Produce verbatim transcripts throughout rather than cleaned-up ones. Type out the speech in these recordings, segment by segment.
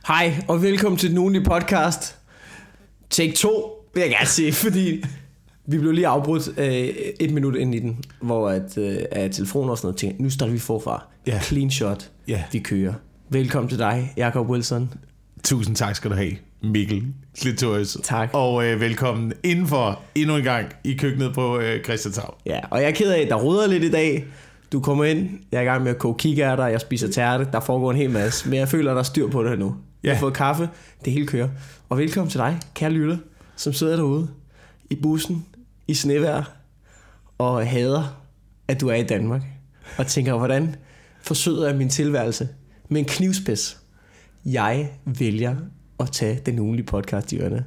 Hej og velkommen til den ugenlige podcast. Take to, vil jeg gerne sige, fordi vi blev lige afbrudt øh, et minut ind i den, hvor at, øh, at telefonen og sådan noget ting. Nu starter vi forfra. Ja. Clean shot. Ja. Vi kører. Velkommen til dig, Jacob Wilson. Tusind tak skal du have, Mikkel Klitorius. Tak. Og øh, velkommen indenfor endnu en gang i køkkenet på øh, Christianshavn. Ja, og jeg er ked af, at der ruder lidt i dag. Du kommer ind, jeg er i gang med at koge kikærter, jeg spiser tærte, der foregår en hel masse, men jeg føler, at der er styr på det her nu. Jeg har Ja. fået kaffe, det hele kører. Og velkommen til dig, kære lytter, som sidder derude i bussen, i snevejr, og hader, at du er i Danmark. Og tænker, hvordan forsøger jeg min tilværelse med en knivspids? Jeg vælger at tage den ugenlige podcast i ørene.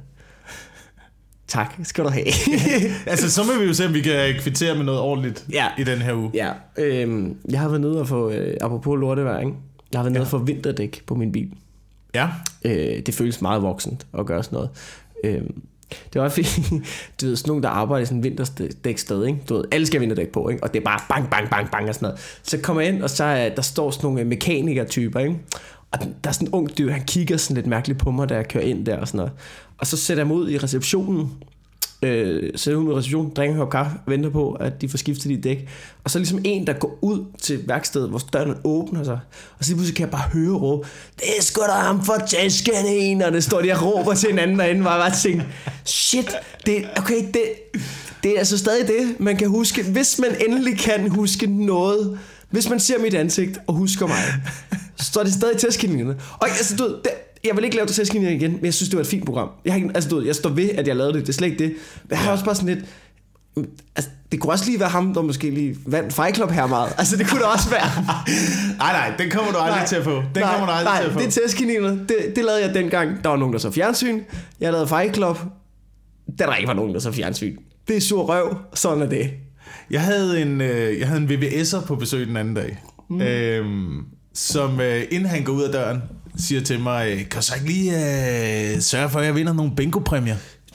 Tak skal du have. Altså, så må vi jo se, om vi kan kvittere med noget ordentligt Ja. i den her uge. Ja, øhm, jeg har været nede og få, øh, apropos lortevejr, ikke? Jeg har været nede Ja. og få vinterdæk på min bil. Ja. Øh, det føles meget voksent at gøre sådan noget. Øh, det var fordi, du ved, sådan nogen, der arbejder i sådan en vinterdæksted, ikke? Du ved, alle skal have vinterdæk på, ikke? Og det er bare bang, bang, bang, bang og sådan noget. Så kommer jeg ind, og så er, der står sådan nogle mekanikertyper, ikke? Og der er sådan en ung dyr, han kigger sådan lidt mærkeligt på mig, da jeg kører ind der og sådan noget. Og så sætter jeg mig ud i receptionen, øh, sætter ud i receptionen, drikker en kop kaffe, venter på, at de får skiftet de dæk. Og så ligesom en, der går ud til værkstedet, hvor døren åbner sig. Og så lige pludselig kan jeg bare høre råbe, det er sgu da ham for tæsken en, og det står de og råber til hinanden derinde, hvor jeg bare tænker, shit, det, okay, det, det er altså stadig det, man kan huske, hvis man endelig kan huske noget, hvis man ser mit ansigt og husker mig, så står det stadig tæskeningerne. Og altså, du ved, det, jeg vil ikke lave det tæskeningerne igen, men jeg synes, det var et fint program. Jeg, har ikke, altså, du ved, jeg står ved, at jeg lavede det, det er slet ikke det. Men jeg har også bare sådan lidt, altså, det kunne også lige være ham, der måske lige vandt Fight Club her meget. Altså, det kunne det også være. Nej, nej, den kommer du aldrig Nej, til at få. Den nej, kommer du aldrig nej, til at få. det er tæskeningerne. Det, det lavede jeg dengang. Der var nogen, der så fjernsyn. Jeg lavede Fight Club. Da der ikke var nogen, der så fjernsyn. Det er sur røv. Sådan er det. Jeg havde en, øh, jeg havde en V V S'er på besøg den anden dag, mm. øhm, som øh, inden han går ud af døren, siger til mig, kan du så ikke lige øh, sørge for, at jeg vinder nogle bingo-præmier?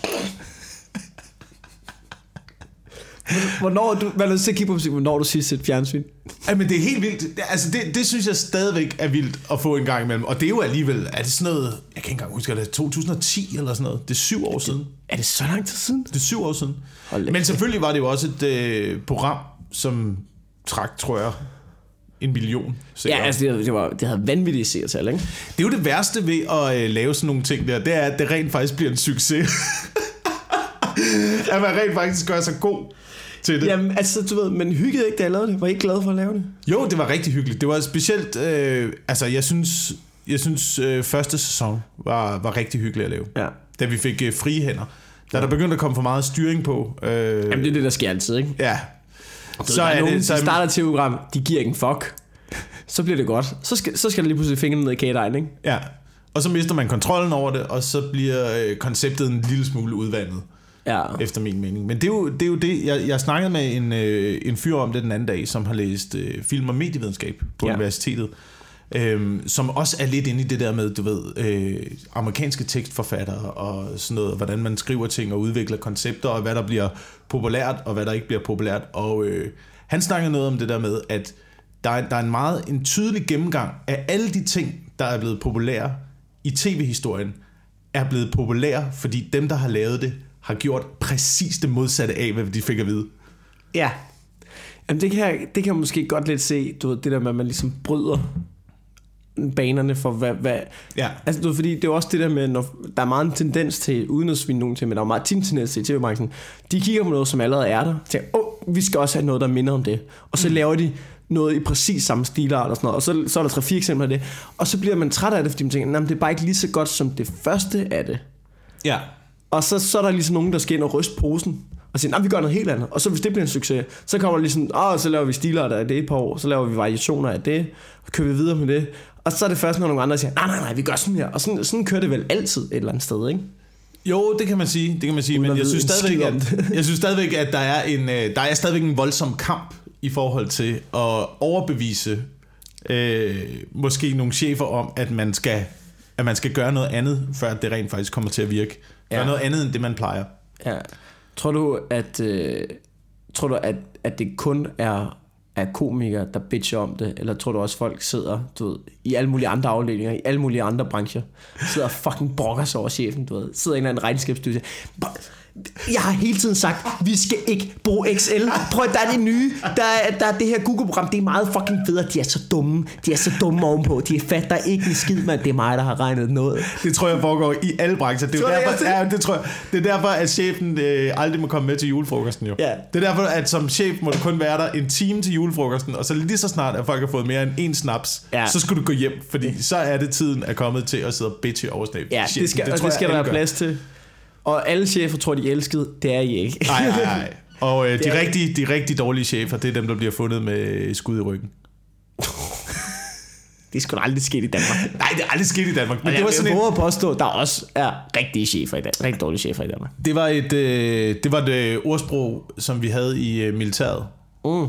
Hvornår du, hvad er det, så kigge på musik, hvornår du sidst set fjernsyn? Jamen det er helt vildt. Det, altså det, det synes jeg stadigvæk er vildt at få en gang imellem. Og det er jo alligevel, er det sådan noget, jeg kan ikke engang huske, er det to tusind og ti eller sådan noget? Det er syv år siden. Er det så lang tid siden? Det er syv år siden. Hold da. Men selvfølgelig var det jo også et øh, program, som trak, tror jeg, en million. Ja, altså det, det, var, det havde vanvittige seertal, ikke? Det er jo det værste ved at øh, lave sådan nogle ting der, det er, at det rent faktisk bliver en succes. At man rent faktisk gør sig god til det. Jamen, altså, du ved, men hyggede ikke, da jeg lavede det? Var I ikke glad for at lave det? Jo, det var rigtig hyggeligt. Det var specielt, øh, altså jeg synes, jeg synes øh, første sæson var, var rigtig hyggelig at lave. Ja. Da vi fik øh, frie hænder. Da ja. der begyndte at komme for meget styring på. Øh, Jamen, det er det, der sker altid, ikke? Ja. Så, så er nogen, det, så de starter et T V-program, de giver ikke en fuck. Så bliver det godt. Så skal, så skal der lige pludselig fingrene ned i kagedejen, ikke? Ja. Og så mister man kontrollen over det, og så bliver øh, konceptet en lille smule udvandet. Ja. Efter min mening. Men det er jo det, er jo det. Jeg, jeg snakkede med en, øh, en fyr om det den anden dag, som har læst øh, film- og medievidenskab på ja. universitetet, øh, som også er lidt inde i det der med, du ved, øh, amerikanske tekstforfattere og sådan noget, hvordan man skriver ting og udvikler koncepter, og hvad der bliver populært, og hvad der ikke bliver populært. Og øh, han snakkede noget om det der med, at der er, der er en meget en tydelig gennemgang af alle de ting, der er blevet populære i tv-historien, er blevet populære, fordi dem, der har lavet det, har gjort præcis det modsatte af, hvad de fik at vide. Ja. Jamen det kan jeg, det kan jeg måske godt lidt se, du ved, det der med, at man ligesom bryder banerne for hvad... hvad ja. Altså, du ved, fordi det er også det der med, når der er meget en tendens til, uden at svine nogen til, men der er meget tendens til i T V-branchen, de kigger på noget, som allerede er der, og tænker, åh, oh, vi skal også have noget, der minder om det. Og så mm. laver de noget i præcis samme stilart og sådan noget, og så, så er der tre-fire eksempler af det, og så bliver man træt af det, fordi man tænker, nej, det er bare ikke lige så godt som det første af det. Ja. Og så, så er der ligesom nogen, der skal ind og ryste posen og sige, nej, vi gør noget helt andet. Og så hvis det bliver en succes, så kommer der ligesom, åh, så laver vi stilart af det et par år, så laver vi variationer af det, og kører vi videre med det. Og så er det først, når nogle andre siger, nej, nej, nej, vi gør sådan her. Og sådan, sådan kører det vel altid et eller andet sted, ikke? Jo, det kan man sige, det kan man sige, men jeg synes stadigvæk, at, jeg synes stadigvæk, at der er en, der er stadigvæk en voldsom kamp i forhold til at overbevise øh, måske nogle chefer om, at man skal, at man skal gøre noget andet, før det rent faktisk kommer til at virke. Gøre ja. noget andet end det man plejer. Ja. Tror du, at øh, tror du, at, at det kun er af komikere, der bitcher om det, eller tror du også, folk sidder, du ved, i alle mulige andre afdelinger, i alle mulige andre brancher, sidder og fucking brokker sig over chefen, du ved, sidder i en eller anden regnskabsstudie. Jeg har hele tiden sagt, vi skal ikke bruge Excel. Prøv, der er det nye, der er, der er det her Google-program, det er meget fucking federe. De er så dumme, de er så dumme ovenpå, de fatter ikke en skid, men det er mig, der har regnet noget. Det tror jeg foregår i alle brancher. Det er, jo derfor, ja, det tror jeg, det er derfor, at chefen øh, aldrig må komme med til julefrokosten jo. Ja. Det er derfor, at som chef må du kun være der en time til julefrokosten, og så lige så snart, at folk har fået mere end en snaps, ja. så skal du gå hjem, fordi så er det tiden er kommet til at sidde og bitche over snab. Ja, det skal, det, tror det skal jeg, der være plads til. Og alle chefer tror, de elskede. Det er I ikke. Nej, nej, nej. Og øh, de, rigtig, de rigtig dårlige chefer, det er dem, der bliver fundet med skud i ryggen. Det er sgu da aldrig sket i Danmark. Nej, det er aldrig sket i Danmark. Men det var sådan en... at påstå, der også er rigtige chefer i Danmark. Rigtig dårlige chefer i Danmark. Det var et, øh, det var et øh, ordsprog, som vi havde i øh, militæret. Mm. Der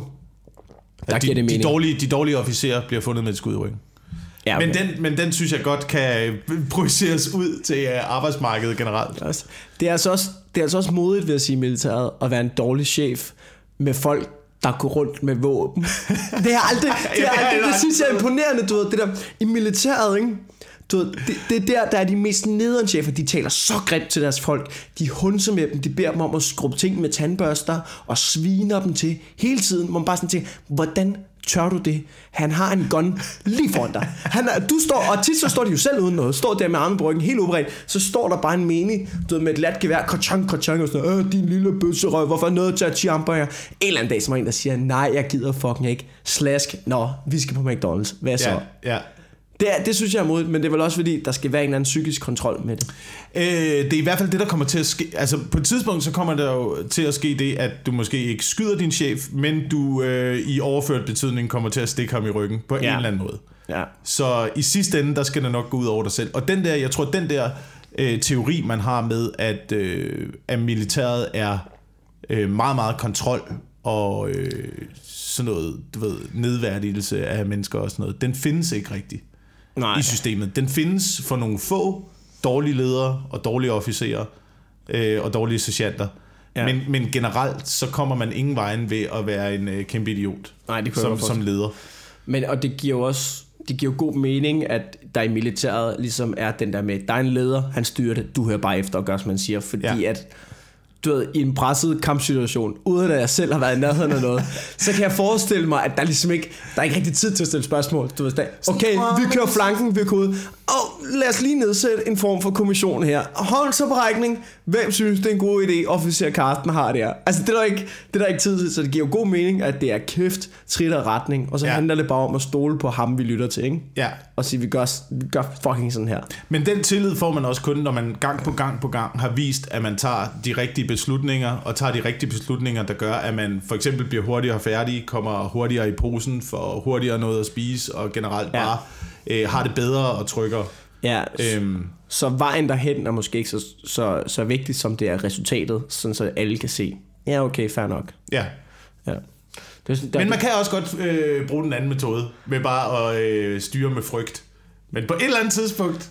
de, giver det mening. De dårlige, de dårlige officerer bliver fundet med et skud i ryggen. Ja, okay. men, den, men den synes jeg godt kan projiceres ud til arbejdsmarkedet generelt. Det er altså også, det er altså også modigt, vil jeg sige, militæret, at være en dårlig chef med folk, der går rundt med våben. Det er aldrig, det, er aldrig, det synes jeg er imponerende, du ved, det der i militæret, ikke? Du ved, det, det er der, der er de mest nederen chefer, de taler så grimt til deres folk, de hunser med dem, de beder dem om at skrubbe ting med tandbørster, og sviner dem til hele tiden, hvor man bare sådan tænker, hvordan tør du det? Han har en gun lige foran dig. Han er, du står, og tit så står de jo selv uden noget, står der med armen på ryggen, helt ubredt, så står der bare en menig, du ved, med et lat gevær, kachang, kachang, og sådan, øh, din lille bøsserøv, hvorfor er noget til at chiamper her? En eller anden dag, som er en, der siger, nej, jeg gider fucking ikke. Slask, nå, vi skal på McDonald's. Hvad så? Ja, ja. Det, er, det synes jeg er modigt, men det er vel også fordi, der skal være en eller anden psykisk kontrol med det. Øh, det er i hvert fald det, der kommer til at ske. Altså på et tidspunkt, så kommer der jo til at ske det, at du måske ikke skyder din chef, men du øh, i overført betydning kommer til at stikke ham i ryggen på ja. en eller anden måde. Ja. Så i sidste ende, der skal det nok gå ud over dig selv. Og den der, jeg tror, den der øh, teori, man har med, at, øh, at militæret er øh, meget, meget kontrol og øh, sådan noget, du ved, nedværdigelse af mennesker og sådan noget, den findes ikke rigtigt. Nej. I systemet. Den findes for nogle få dårlige ledere og dårlige officerer øh, og dårlige sergeanter. Ja. Men, men generelt så kommer man ingen vejen ved at være en øh, kæmpe idiot. Nej, det som, som leder. Men og det giver jo også det giver jo god mening, at der i militæret ligesom er den der med, der er en leder, han styrer det, du hører bare efter og gør, som man siger, fordi ja. at du ved, i en presset kampsituation, uden at jeg selv har været i nærheden af noget, så kan jeg forestille mig, at der ligesom ikke, der er ikke rigtig tid til at stille spørgsmål. Du ved, okay, vi kører flanken, vi kører ud, og lad os lige nedsætte en form for kommission her. Håndsoprækning, hvem synes, det er en god idé, officer Karsten har det her. Altså, det er der ikke, det er der ikke tid til, så det giver jo god mening, at det er kæft, trit og retning, og så ja. handler det bare om at stole på ham, vi lytter til, ikke? Ja. Og sige, vi gør, vi gør fucking sådan her. Men den tillid får man også kun, når man gang på gang på gang har vist, at man tager de rigtige beslutninger, og tager de rigtige beslutninger, der gør, at man for eksempel bliver hurtigere færdig, kommer hurtigere i posen, får hurtigere noget at spise, og generelt ja. bare øh, har det bedre og tryggere. Ja, øhm. så vejen derhen er måske ikke så, så, så vigtigt, som det er resultatet, sådan så alle kan se. Ja, okay, fair nok. Ja. Ja. Det, der, Men man kan også godt øh, bruge den anden metode, med bare at øh, styre med frygt. Men på et eller andet tidspunkt,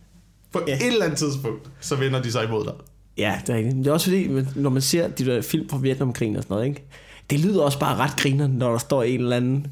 på ja. et eller andet tidspunkt, så vender de sig imod dig. Ja, det er rigtigt. Det er også fordi, når man ser de der film fra Vietnamkrigen og sådan noget, ikke? Det lyder også bare ret griner, når der står en eller anden,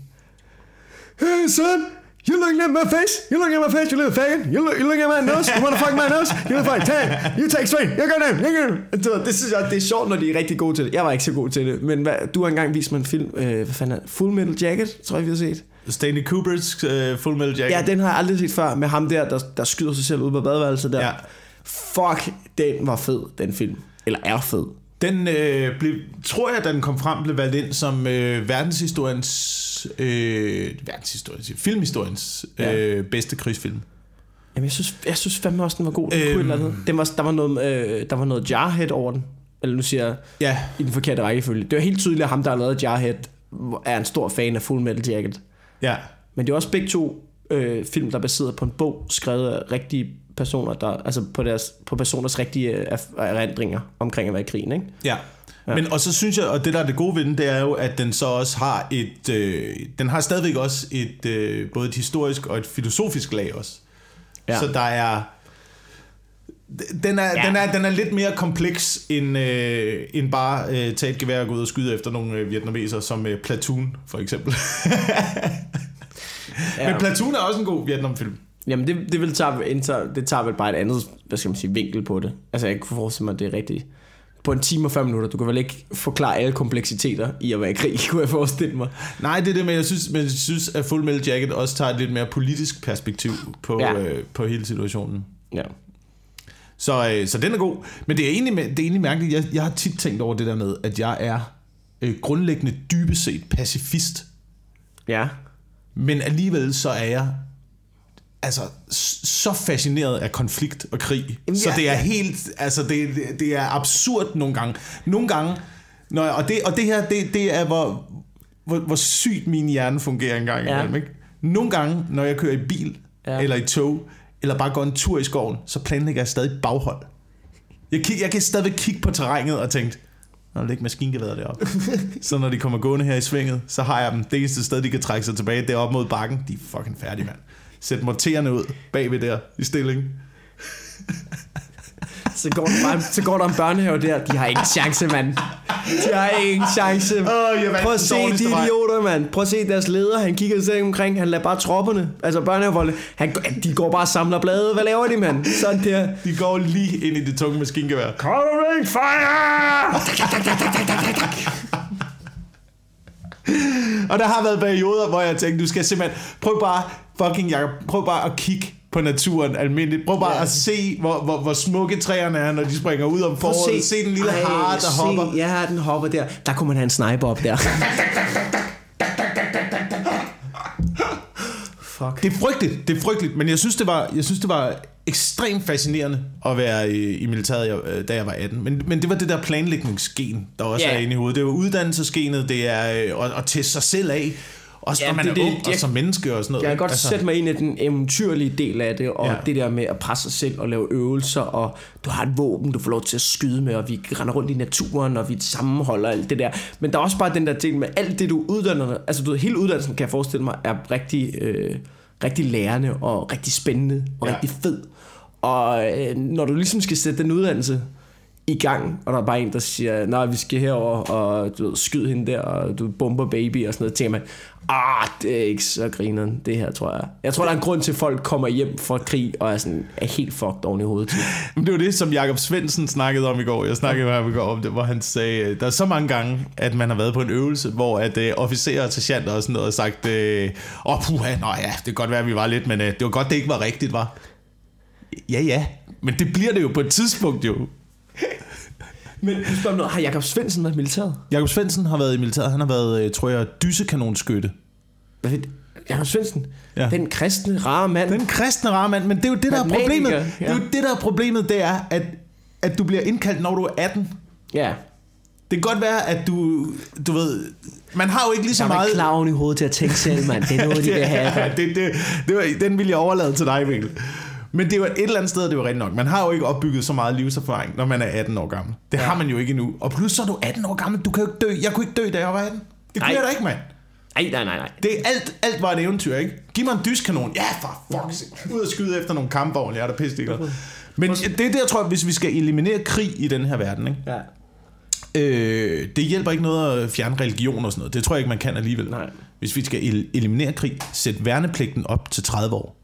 hey son, you looking at my face? You looking at my face? You little faggot? You, look, you looking at my nose? You wanna fuck my nose? You wanna fuck? Take, you take straight. You go down. You go. Det synes jeg, det er sjovt, når de er rigtig gode til det. Jeg var ikke så god til det, men hvad, du har engang vist mig en film, øh, hvad fanden er det? Full Metal Jacket, tror jeg, vi har set. Stanley Kubricks uh, Full Metal Jacket. Ja, den har jeg aldrig set før, med ham der, der, der skyder sig selv ud på badeværelset der. Ja. Fuck, den var fed, den film. Eller er fed. Den øh, blev, tror jeg, da den kom frem, blev valgt ind som øh, verdenshistoriens, øh, verdenshistoriens, filmhistoriens ja. øh, bedste krigsfilm. Jamen, jeg synes, jeg synes fandme også, den var god. Den, øhm, eller andet. Den var, der, var noget, øh, der var noget Jarhead over den. Eller nu siger jeg, ja. i den forkerte rækkefølge. Det var helt tydeligt, at ham, der har lavet Jarhead, er en stor fan af Full Metal Jacket. Ja. Men det er også begge to øh, film, der er baseret på en bog, skrevet af rigtige personer, der, altså på, deres, på personers rigtige erindringer omkring at være i krigen, ikke? Ja. Ja. Men og så synes jeg, og det der er det gode ved den, det er jo, at den så også har et, øh, den har stadigvæk også et, øh, både et historisk og et filosofisk lag også. Ja. Så der er, Den er, ja. den, er, den er lidt mere kompleks end, øh, end bare øh, tage et gevær og gå ud og skyde efter nogle øh, vietnameser, som øh, Platoon for eksempel. Ja. Men Platoon er også en god Vietnamfilm. Jamen det, det, vil tage, det tager vel bare et andet, hvad skal man sige, vinkel på det. Altså jeg kunne forestille mig, at det er rigtigt. På en time og fem minutter, du kan vel ikke forklare alle kompleksiteter i at være i krig, kunne jeg forestille mig. Nej, det er det, men jeg synes, men jeg synes at Full Metal Jacket også tager et lidt mere politisk perspektiv på, ja. øh, på hele situationen. Ja. Så, øh, så den er god. Men det er egentlig, det er egentlig mærkeligt. Jeg, jeg har tit tænkt over det der med, at jeg er øh, grundlæggende dybest set pacifist. Ja. Men alligevel så er jeg altså så fascineret af konflikt og krig. Jamen, så det er helt, altså det, det er absurd nogle gange. Nogle gange, når, og, det, og det her, det, det er hvor, hvor, hvor sygt min hjerne fungerer engang. Ja. Imellem, ikke? Nogle gange, når jeg kører i bil, ja. eller i tog, eller bare går en tur i skoven, så planlægger jeg stadig baghold. Jeg, jeg kan stadig kigge på terrænet og tænke, der er ikke maskingeværet deroppe. Så når de kommer gående her i svinget, så har jeg dem. Det eneste sted, de kan trække sig tilbage, det er op mod bakken. De er fucking færdige, mand. Sæt mortererne ud bagved der i stilling. Så går, der bare, så går der en børnehave der. De har ingen chance, mand. De har ingen chance. Oh, Prøv at se de idioter, mand. Prøv at se deres leder. Han kigger sig omkring. Han lader bare tropperne, altså børnehavefoldet. Han, de går bare og samler blade. Hvad laver de, mand? Sådan der. De går lige ind i det tunge maskingevær. Covering fire! Og der har været perioder, hvor jeg tænkte, du skal simpelthen prøv bare fucking Jacob, prøv bare at kigge på naturen almindeligt. Prøv bare ja. at se, hvor, hvor, hvor smukke træerne er, når de springer ud om foråret. Se, se den lille Ej, hare, der se, hopper. Ja, den hopper der. Der kunne man have en sniper op der. Fuck. Det er frygteligt, det er frygteligt, men jeg synes, det var, jeg synes, det var ekstremt fascinerende at være i, i militæret, da jeg var atten. Men, men det var det der planlægningsgen, der også yeah. er inde i hovedet. Det var uddannelsesgenet, det er at, at teste sig selv af. Også ja, når man det, er ung det, og som menneske og sådan noget. Jeg kan godt altså. sætte mig ind i den eventyrlige del af det, og ja. det der med at presse sig selv og lave øvelser, og du har et våben, du får lov til at skyde med, og vi render rundt i naturen, og vi sammenholder alt det der. Men der er også bare den der ting med alt det, du uddanner. Altså du ved, hele uddannelsen, kan jeg forestille mig, er rigtig, øh, rigtig lærende og rigtig spændende og ja. rigtig fed. Og øh, når du ligesom skal sætte den uddannelse i gang, og der er bare en, der siger, nej, vi skal herover og du ved, skyde hende der, og du bomber baby og sådan noget, tænker man, ah, det er ikke så grineren, det her, tror jeg. Jeg tror, der er en grund til, at folk kommer hjem fra krig, og er, sådan, er helt fucked oven i hovedet til. Det var det, som Jakob Svendsen snakkede om i går. Jeg snakkede med ham i går om det, hvor han sagde, der er så mange gange, at man har været på en øvelse, hvor at uh, officerer og sergeanter og sådan noget har sagt, åh, uh, oh, puha, nå ja, det kan godt være, at vi var lidt, men uh, det var godt, det ikke var rigtigt, var. Ja, ja, men det bliver det jo på et tidspunkt, jo. Men du spørger noget, har Jakob Svendsen været i militæret? Jakob Svendsen har været i militæret. Han har været, tror jeg, dyssekanonskytte. Hvad er det? Jakob Svendsen? Ja. Den kristne, rare mand. Den kristne, rare mand. Men det er jo det, der er problemet. Ja. Det er jo det, der er problemet, det er, at, at du bliver indkaldt, når du er atten. Ja. Det kan godt være, at du, du ved, man har jo ikke lige så meget... Der er ikke klavn i hovedet til at tænke selv, mand. Det er noget, de vil have. det, det, det var, den vil jeg overlade til dig, Mikkel. Men det var et eller andet sted, det var rigtig nok. Man har jo ikke opbygget så meget livserfaring, når man er atten år gammel. Det ja. har man jo ikke endnu. Og plus så er du atten år gammel. Du kan jo ikke dø. Jeg kunne ikke dø, da jeg var atten. Det kunne jeg da ikke, mand. Nej, nej, nej, nej. Det er alt, alt var et eventyr, ikke? Giv mig en dyskanon. Ja, for fuck. Ud og skyde efter nogle kampvogn. Jeg er da pisse ikke. Men det er det, jeg tror, hvis vi skal eliminere krig i den her verden, ikke? Ja. Øh, det hjælper ikke noget at fjerne religion og sådan noget. Det tror jeg ikke, man kan alligevel. Nej. Hvis vi skal eliminere krig, sæt værnepligten op til tredive år.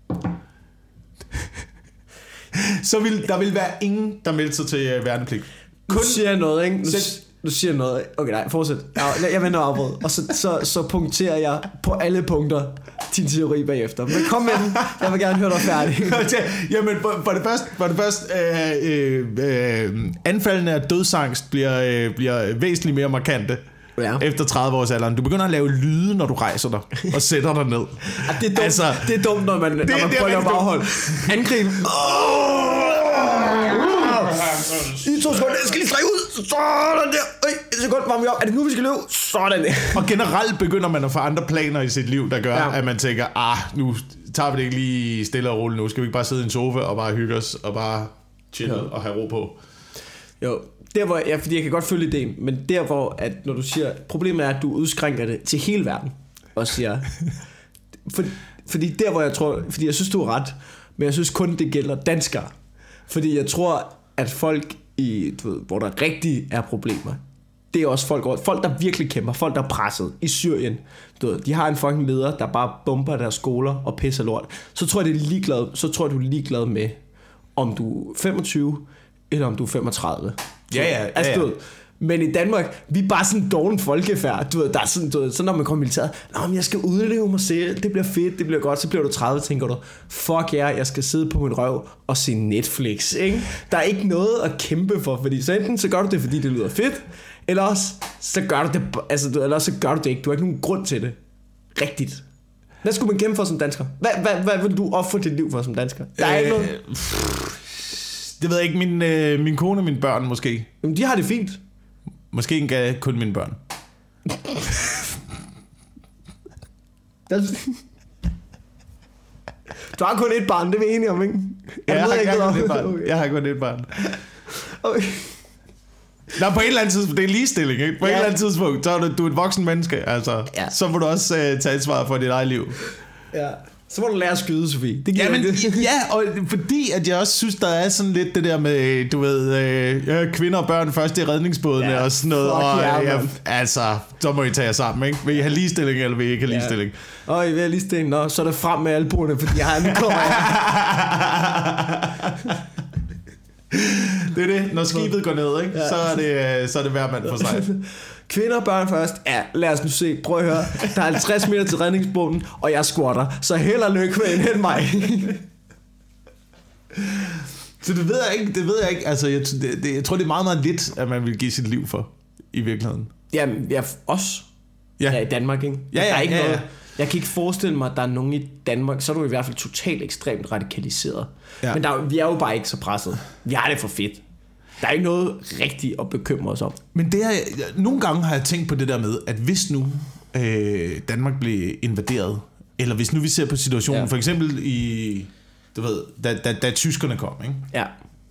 Så vil der vil være ingen, der melder sig til uh, værnepligt. Kun du siger noget, ikke? Du, du siger noget. Okay, nej, fortsæt. Jeg, jeg vender afbrud. Og så, så, så punkterer jeg på alle punkter din teori bagefter. Men kom med den. Jeg vil gerne høre dig færdig. Jamen, for, for det første, for det første øh, øh, øh, anfaldene af dødsangst bliver, øh, bliver væsentligt mere markante. Ja. Efter tredive års alderen. Du begynder at lave lyde, når du rejser dig og sætter dig ned. Ja, det, er dumt, altså, det er dumt, når man, det, når man prøver at bagholde. Angrib. I to sekunder, jeg skal lige strække ud. Sådan der. Øj, et sekund, varme vi op. Er det nu, vi skal løbe? Sådan der. Og generelt begynder man at få andre planer i sit liv, der gør, ja. at man tænker, ah, nu tager vi det ikke lige stille og roligt nu. Skal vi ikke bare sidde i en sofa og bare hygge os og bare chille ja. og have ro på? Jo. Der hvor, ja, fordi jeg kan godt følge ideen, men der hvor, at når du siger, problemet er, at du udskrænker det til hele verden, og siger, for, fordi der hvor jeg tror, fordi jeg synes, du er ret, men jeg synes kun, det gælder danskere. Fordi jeg tror, at folk, i, du ved, hvor der rigtig er problemer, det er også folk, folk der virkelig kæmper, folk der er presset i Syrien. Du ved, de har en fucking leder, der bare bomber deres skoler og pisser lort. Så tror jeg, det er ligeglad, så tror jeg, du er ligeglad med, om du er femogtyve eller om du er femogtredive. Ja, ja, ja, altså, ja. Du ved, men i Danmark, vi er bare sådan en doven folkefærd. Du ved, der er sådan, du ved, så når man kommer i militæret, nå, men jeg skal udleve mig selv, det bliver fedt, det bliver godt, så bliver du tredive, tænker du, fuck ja, jeg skal sidde på min røv og se Netflix, ikke? Der er ikke noget at kæmpe for, fordi så enten så gør du det, fordi det lyder fedt, eller også så gør du det, altså, eller også så gør du det ikke, du har ikke nogen grund til det. Rigtigt. Hvad skulle man kæmpe for som dansker? Hvad, hvad, hvad vil du ofre dit liv for som dansker? Der er øh, ikke noget. Det ved jeg ikke, min, øh, min kone og mine børn måske. Jamen, de har det fint. Måske ikke kun mine børn. Du har kun et barn, det er vi enige om, ikke? Jeg, jeg, har, jeg, ikke har, kun et barn. Okay. jeg har kun et barn. Okay. Nå, på et eller andet tidspunkt, det er ligestilling, ikke? På ja. et eller andet tidspunkt, så er du, du er et voksen menneske, altså. Ja. Så må du også uh, tage ansvar for dit eget liv. Ja. Så må du lære at skyde, Sofie. Det ja, men, ja, og fordi at jeg også synes, der er sådan lidt det der med, du ved, øh, kvinder og børn først i redningsbådene ja, og sådan noget. Og, yeah, ja, altså, så må I tage jer sammen, ikke? Vil I have ligestilling, eller vil I ikke have ja. ligestilling? Åh, I vil have ligestilling. Nå, så er det frem med albuerne, fordi jeg har en kommer Det er det. Når skibet går ned, ikke? Ja. Så er det, så er det hver mand for sig. Kvinder og børn først. Ja, lad os nu se. Prøv at høre. Der er halvtreds meter til redningsbåden, og jeg squatter. Så held og lykke med en hen mig. Så det ved jeg ikke. Det ved jeg ikke. Altså, jeg, det, det, jeg tror, det er meget, meget lidt, at man vil give sit liv for, i virkeligheden. Jamen, ja, os. Ja. Ja, i Danmark, ikke? Ja, ja, der er ikke ja, ja. noget. Jeg kan ikke forestille mig, at der er nogen i Danmark, så er du i hvert fald totalt ekstremt radikaliseret. Ja. Men der, vi er jo bare ikke så presset. Vi har det for fedt. Der er ikke noget rigtigt at bekymre os om. Men det er, nogle gange har jeg tænkt på det der med, at hvis nu øh, Danmark blev invaderet, eller hvis nu vi ser på situationen, ja. for eksempel i, du ved, da, da, da tyskerne kom, ikke? Ja.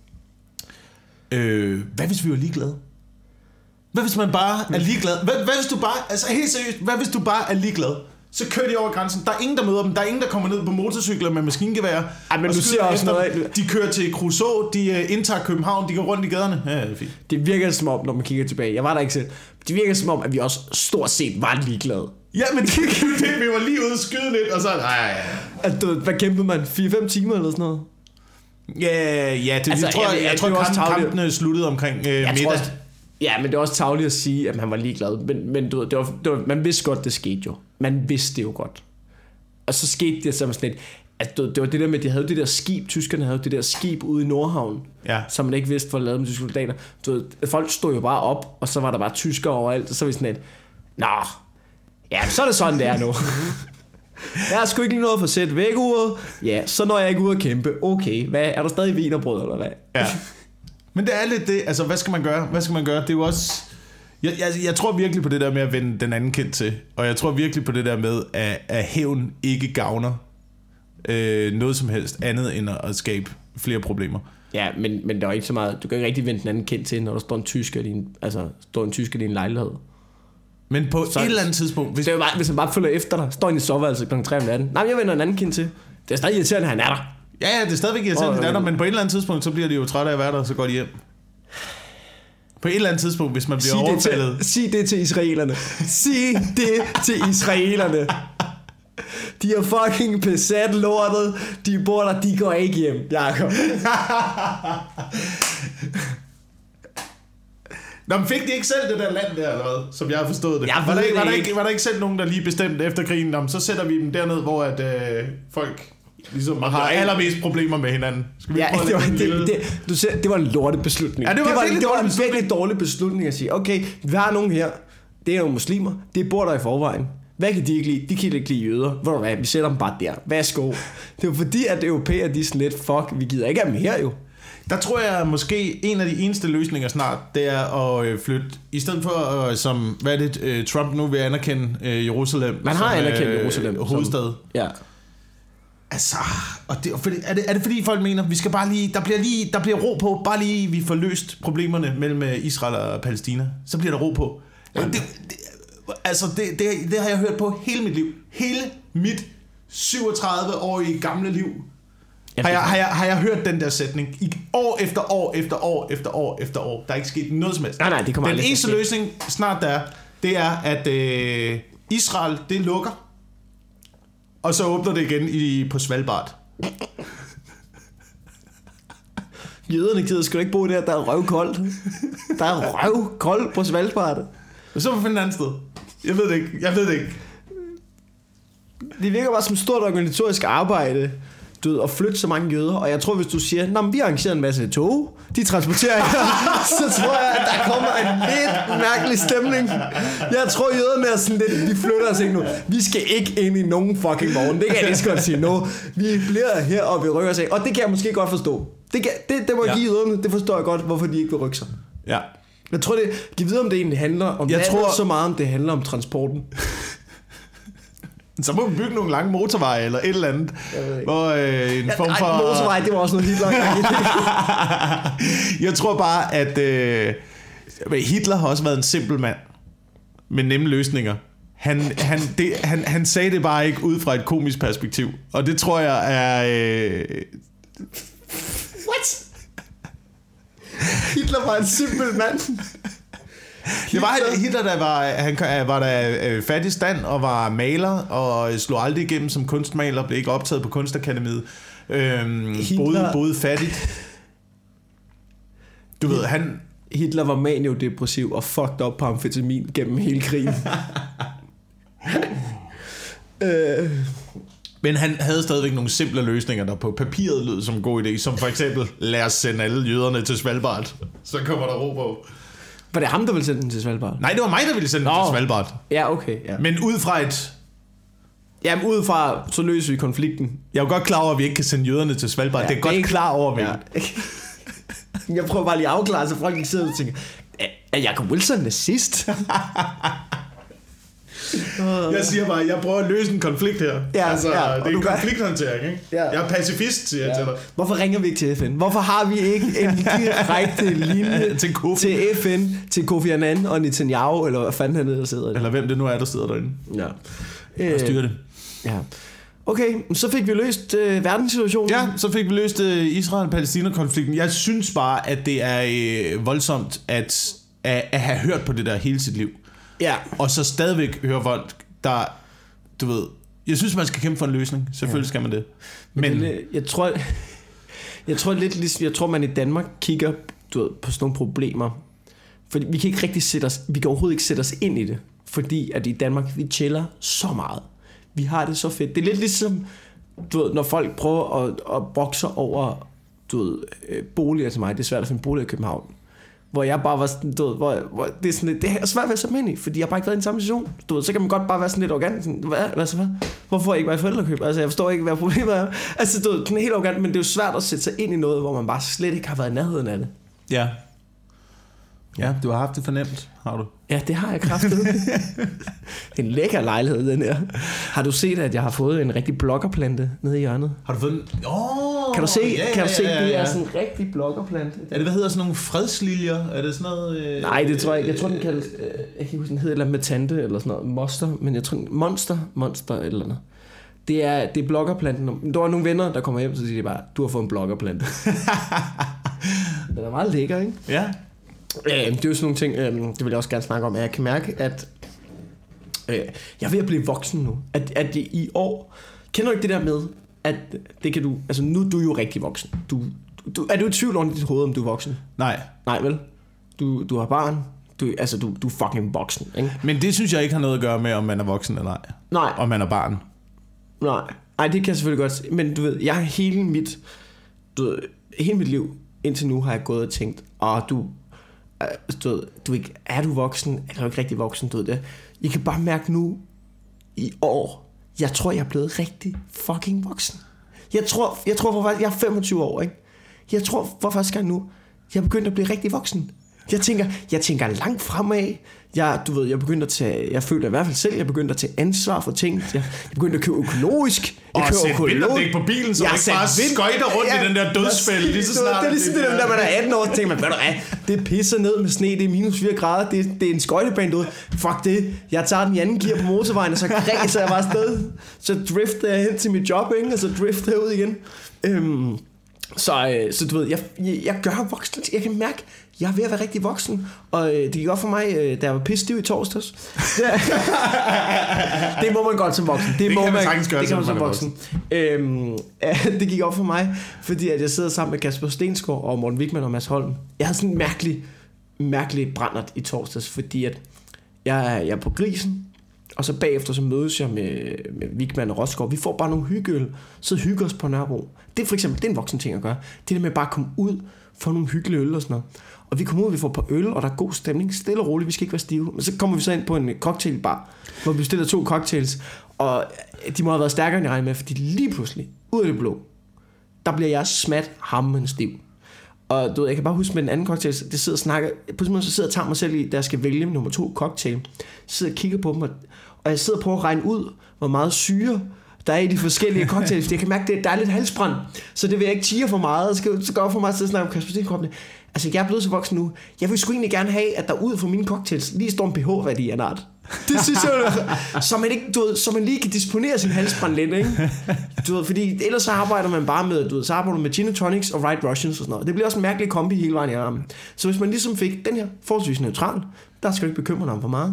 Øh, hvad hvis vi var ligeglade? Hvad hvis man bare er ligeglad? Hvad, hvad hvis du bare, altså helt seriøst, hvad hvis du bare er ligeglad? Så kører de over grænsen. Der er ingen, der møder dem. Der er ingen, der kommer ned på motorcykler med maskingevær. Ej, men du siger også noget. De kører til Kruså, de uh, indtager København, de går rundt i gaderne. Ja, det er fint. Det virker som om, når man kigger tilbage. Jeg var der ikke selv. Det virker som om, at vi også stort set var ligeglade. Ja, men det, det, vi var lige ude og skyde lidt, og så... Nej, at, du, hvad kæmpede man? fire fem timer eller sådan noget? Ja, ja. Det, altså, jeg tror, jeg, jeg, jeg, jeg tror kamp, kampene sluttede omkring uh, middag. Også, ja, men det er også tarveligt at sige, at han var ligeglad. Men, men du, det var, det var, man vidste godt, det skete jo. Man vidste det jo godt. Og så skete det som sådan lidt, at det var det der med, at de havde det der skib, tyskerne havde det der skib ude i Nordhavn, ja. som man ikke vidste, hvor lavet med tyske soldater. Du, folk stod jo bare op, og så var der bare tyskere overalt, og så var vi sådan lidt, nå, ja, så er det sådan, det er nu. Jeg har sgu ikke lige noget for at sætte væk uret. Ja, så når jeg ikke ud at kæmpe. Okay, hvad, er der stadig wienerbrød, eller hvad? Ja. Men det er lidt det, altså hvad skal man gøre? Hvad skal man gøre? Det er jo også... Jeg, jeg, jeg tror virkelig på det der med at vende den anden kind til. Og jeg tror virkelig på det der med, at, at hævn ikke gavner øh, noget som helst andet end at, at skabe flere problemer. Ja, men, men der er ikke så meget. Du kan ikke rigtig vende den anden kind til, når der står en tysker i din, altså, står en tysker i din lejlighed. Men på så, et eller andet tidspunkt... Hvis, det er bare, hvis han bare følger efter dig, står ind i soveværelset klokken tre om natten. Nej, men jeg vender en anden kind til. Det er stadig irriterende, at han er der. Ja, ja, det er stadigvæk irriterende, at han er der, men på et eller andet tidspunkt, så bliver de jo trætte af at være der, så går de hjem. På et eller andet tidspunkt, hvis man bliver sig overfaldet... Det til, sig det til israelerne. Sig det til israelerne. De har fucking besat lortet. De bor der, de går ikke hjem, Jacob. Nå, men fik de ikke selv det der land der, eller hvad? Som jeg har forstået det. Jeg var, der, det var, der ikke. ikke, var der ikke selv nogen, der lige bestemte efter krigen? Nå, så sætter vi dem derned, hvor at, øh, folk ligesom har allermest problemer med hinanden. Skal vi ja, det var, det, det, du ser, det var en lortebeslutning. Ja, det var, det var, det var en virkelig dårlig beslutning at sige, okay, vi har nogen her, det er jo muslimer, de bor der i forvejen. Hvad kan de ikke lide? De kan ikke lide jøder. Ved du hvad, vi sætter dem bare der. Værsgo. Det er jo fordi, at europæer, de er sådan lidt, fuck, vi gider ikke have dem her jo. Der tror jeg måske, en af de eneste løsninger snart, det er at flytte, i stedet for, som, hvad er det, Trump nu vil anerkende Jerusalem. Man har som, anerkendt Jerusalem. Hovedstad. Som, ja. Altså, og det, er, det, er det fordi folk mener, vi skal bare lige, der bliver lige, der bliver ro på, bare lige vi får løst problemerne mellem Israel og Palæstina, så bliver der ro på. Ja. Det, det, altså, det, det, det har jeg hørt på hele mit liv. Hele mit syvogtredive-årige gamle liv. Har jeg, har, jeg, har jeg hørt den der sætning i år efter år efter år efter år efter år? Der er ikke sket noget som helst. Nej, nej, det kommer Den eneste løsning snart der, det er, at øh, Israel, det lukker, og så åbner det igen i, på Svalbard. Jøderne gider sgu ikke bo der, der er røvkoldt. Der er røvkoldt på Svalbard. Og så må vi finde et andet sted. Jeg ved det ikke, jeg ved det ikke. Det virker bare som et stort organisatorisk arbejde, du ved, at flytte så mange jøder. Og jeg tror, hvis du siger, nå, men vi har arrangeret en masse tog, de transporterer her, så tror jeg, at der kommer en lidt mærkelig stemning. Jeg tror, jøderne er sådan lidt, de flytter os ikke nu. Vi skal ikke ind i nogen fucking vogn. Det kan jeg lige så godt sige nu. Vi bliver her, og vi rykker os af. Og det kan jeg måske godt forstå. Det, kan, det, det må jeg ja. give jøderne, det forstår jeg godt, hvorfor de ikke vil rykke sig. Ja. Jeg tror, det kan vide, om det egentlig handler om jeg tror så meget, om det handler om transporten. Så må vi bygge nogle lange motorveje eller et eller andet. Hvor øh, en ja, form for... Ej, motorvej, det var også noget Hitler. Jeg tror bare, at øh, Hitler har også været en simpel mand med nemme løsninger. Han, han, det, han, han sagde det bare ikke ud fra et komisk perspektiv. Og det tror jeg er... Øh... What? Hitler var en simpel mand. Det var Hitler, der var, han var der fattig stand og var maler og slog aldrig igennem som kunstmaler, blev ikke optaget på Kunstakademiet, øhm, boede, boede fattigt. Du ved, han... Hitler var maniodepressiv og fucked up på amfetamin gennem hele krigen. øh... Men han havde stadigvæk nogle simple løsninger, der på papiret lød som en god idé, som for eksempel, lad os sende alle jøderne til Svalbard. Så kommer der ro på. Var det ham, der ville sende den til Svalbard? Nej, det var mig, der ville sende den til Svalbard. Ja, okay. Ja. Men ud fra et... Jamen, ud fra, så løser vi konflikten. Jeg er jo godt klar over, at vi ikke kan sende jøderne til Svalbard. Ja, det er godt ikke... klar over, vi. Ja. Jeg prøver bare lige at afklare, så folk ikke sidder og tænker, er Jacob Wilson nazist? Jeg siger bare, jeg prøver at løse en konflikt her. Ja, altså, ja, det er en konflikthåndtering, ikke? Ja. Jeg er pacifist, siger jeg ja. til dig. Hvorfor ringer vi ikke til F N? Hvorfor har vi ikke en direkte linje til, til F N, til Kofi Annan og Netanyahu, eller hvad fanden han der sidder der? Eller hvem det nu er, der sidder derinde. Ja. Og styrer det. Ja. Okay, så fik vi løst øh, verdenssituationen. Ja, så fik vi løst øh, Israel-Palæstina-konflikten. Jeg synes bare, at det er øh, voldsomt at, at, at have hørt på det der hele sit liv. Ja. Og så stadigvæk høre folk, der, du ved, jeg synes, man skal kæmpe for en løsning. Selvfølgelig ja. skal man det. Men, Men jeg tror, jeg tror lidt ligesom, jeg tror, man i Danmark kigger du ved, på sådan nogle problemer. Fordi vi kan ikke rigtig sætte os, vi kan overhovedet ikke sætte os ind i det. Fordi at i Danmark, vi chiller så meget. Vi har det så fedt. Det er lidt ligesom, du ved, når folk prøver at, at bokse over, du ved, boliger til mig. Det er svært at finde boliger i København. Hvor jeg bare var sådan, du ved, hvor, hvor det er sådan, det er svært at være så ind i, fordi jeg har bare ikke været i den samme situation. Du ved, så kan man godt bare være sådan lidt arrogant. Sådan, hvad, hvad så hvad? Hvorfor får jeg ikke været i forældrekøb? Altså, jeg forstår ikke, hvad problemet er. Altså, du ved, den er helt arrogant, men det er jo svært at sætte sig ind i noget, hvor man bare slet ikke har været i nærheden af det. Ja. Ja, du har haft det fornemt, har du? Ja, det har jeg kraftigt. Det er en lækker lejlighed, den her. Har du set, at jeg har fået en rigtig blokkerplante nede i hjørnet? Har du fået en... Oh, kan du se, ja, kan du se ja, ja, ja. det er sådan en rigtig blokkerplante? Er det, hvad hedder sådan nogle fredsliljer? Er det sådan noget... Øh, Nej, det tror jeg ikke. Jeg tror, den kaldes... Øh, jeg kan ikke huske, den hedder eller med tante eller sådan noget. Monster, men jeg tror, monster, monster eller noget. Det er, det er blokkerplanten. Der var nogle venner, der kommer hjem, så siger de bare, du har fået en blokkerplante. Den er meget lækker, ikke? Ja. Øh, det er jo sådan nogle ting, øh, det vil jeg også gerne snakke om. Jeg kan mærke, at øh, jeg er ved at blive voksen nu. At, at i år, kender du ikke det der med, at det kan du, altså nu er du jo rigtig voksen. Du, du, er du i tvivl om dit hoved, om du er voksen? Nej. Nej, vel? Du, du har barn, du, altså du, du er fucking voksen, ikke? Men det synes jeg ikke har noget at gøre med, om man er voksen eller ej. Nej. Om man er barn. Nej, nej, det kan jeg selvfølgelig godt. Men du ved, jeg har hele mit, du ved, hele mit liv indtil nu har jeg gået og tænkt, åh, du Du ved, du ikke, er du voksen? Er du ikke rigtig voksen? Du ved det. Jeg kan bare mærke nu i år, jeg tror, jeg er blevet rigtig fucking voksen. Jeg tror, jeg tror for faktisk, jeg er femogtyve år, ikke? Jeg tror for første gang nu, jeg er begyndt at blive rigtig voksen. Jeg tænker, jeg tænker langt fremad. Jeg, du ved, jeg begyndte at tage, jeg føler i hvert fald selv, jeg begyndte at tage ansvar for ting. Jeg, jeg begyndte at købe økologisk. Jeg og sætte vinterdæk på bilen, så jeg ikke bare skøjter rundt ja, i den der dødsfælde lige så snart. Det er ligesom det, der, man er atten år, og tænker man, hvad du er, det pisser ned med sne, det er minus fire grader, det, det er en skøjtebane derude. Fuck det, jeg tager den i anden gear på motorvejen, og så kræser jeg bare afsted. Så drifter jeg hen til mit job, ikke? og så drifter jeg ud igen. Øhm, så, øh, så du ved, jeg, jeg, jeg gør voksen. Jeg kan mærke, jeg er ved at være rigtig voksen. Og øh, det gik op for mig, øh, da jeg var pissestiv i torsdags. Det må man godt som voksen. Det, det må kan man man sagtens gøre, det kan man som som voksen. Øhm, det gik op for mig, fordi at jeg sidder sammen med Kasper Stensgaard og Morten Wigman og Mads Holm. Jeg havde sådan en mærkelig, mærkelig brændert i torsdags, fordi at jeg er, jeg er på Grisen. Og så bagefter så mødes jeg med, med Wigman og Rosgaard. Vi får bare nogle hyggeøl, så hygger os på Nørrebro. Det er for eksempel, det er en voksen ting at gøre. Det der med bare at komme ud, få nogle hyggelige øl og sådan noget. Og vi kommer ud, vi får på øl, og der er god stemning, stille og roligt, vi skal ikke være stive. Men så kommer vi så ind på en cocktailbar, hvor vi bestiller to cocktails, og de må have været stærkere end jeg regner med, fordi lige pludselig, ud af det blå, der bliver jeg smat hammen stiv. Og du ved, jeg kan bare huske med den anden cocktail, det sidder og snakker, på sådan måde så sidder jeg og tager mig selv i, da jeg skal vælge nummer to cocktail, så sidder jeg og kigger på dem, og, og jeg sidder og prøver at regne ud, hvor meget syre der er i de forskellige cocktails, fordi jeg kan mærke, at der er lidt halsbrand, så det vil jeg ikke tige for meget, så skal så gå for mig til at snakke om Kasper Stensgaard. Altså, jeg er blevet så voksen nu, jeg vil sgu egentlig gerne have, at der ud fra mine cocktails lige står en pH-værdi af en art. Det synes jeg, så man, ikke, du ved, så man lige kan disponere sin halsbrand lidt, ikke? Du ved, fordi ellers så arbejder man bare med, du ved, så arbejder man med gin and tonics og White Russians og sådan noget. Det bliver også en mærkelig kombi hele vejen i armen. Så hvis man ligesom fik den her forholdsvis neutral, der skal du ikke bekymre dig om for meget.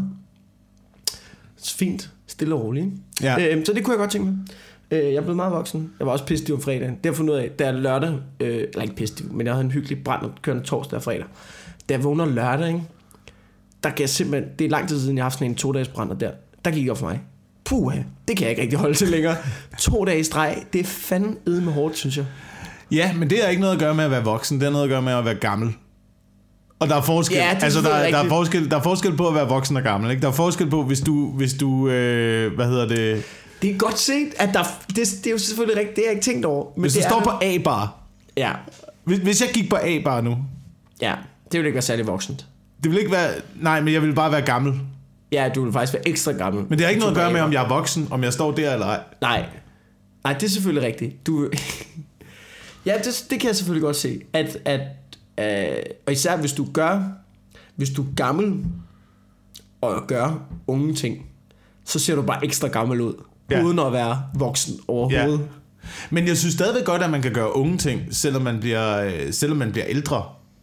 Fint, stille og roligt. Ja. Øh, så det kunne jeg godt tænke mig. Øh, jeg er blevet meget voksen. Jeg var også pissestiv om fredagen. Det har jeg fundet ud af, da jeg lørdag, øh, eller ikke pissestiv, men jeg havde en hyggelig brand og kørende torsdag og fredag. Da jeg vågner lørdag, ikke? Der kan jeg simpelthen, det er lang tid siden, jeg har haft sådan en to-dages brænder der. Der gik op for mig. Puh, det kan jeg ikke rigtig holde til længere. To dage i streg, det er fandme edme hårdt, synes jeg. Ja, men det har ikke noget at gøre med at være voksen. Det har noget at gøre med at være gammel. Og der er forskel, ja, altså der, der, er forskel, der er forskel på at være voksen og gammel, ikke? Der er forskel på, hvis du, hvis du øh, hvad hedder det... Det er godt set, at der, det, det er jo selvfølgelig rigtigt, det har jeg ikke tænkt over. Men hvis det du står er på A-bar. Ja. Hvis, hvis jeg gik på A-bar nu. Ja, det vil ikke være særlig voksent. Det vil ikke være, nej, men jeg vil bare være gammel. Ja, du vil faktisk være ekstra gammel. Men det har ikke noget at gøre med, om jeg er voksen, om jeg står der eller ej. Nej, nej, det er selvfølgelig rigtigt. Du... ja, det, det kan jeg selvfølgelig godt se. At, at, øh, og især hvis du gør, hvis du er gammel og gør unge ting, så ser du bare ekstra gammel ud, ja. Uden at være voksen overhovedet. Ja. Men jeg synes stadigvæk godt, at man kan gøre unge ting, selvom man bliver, selvom man bliver ældre.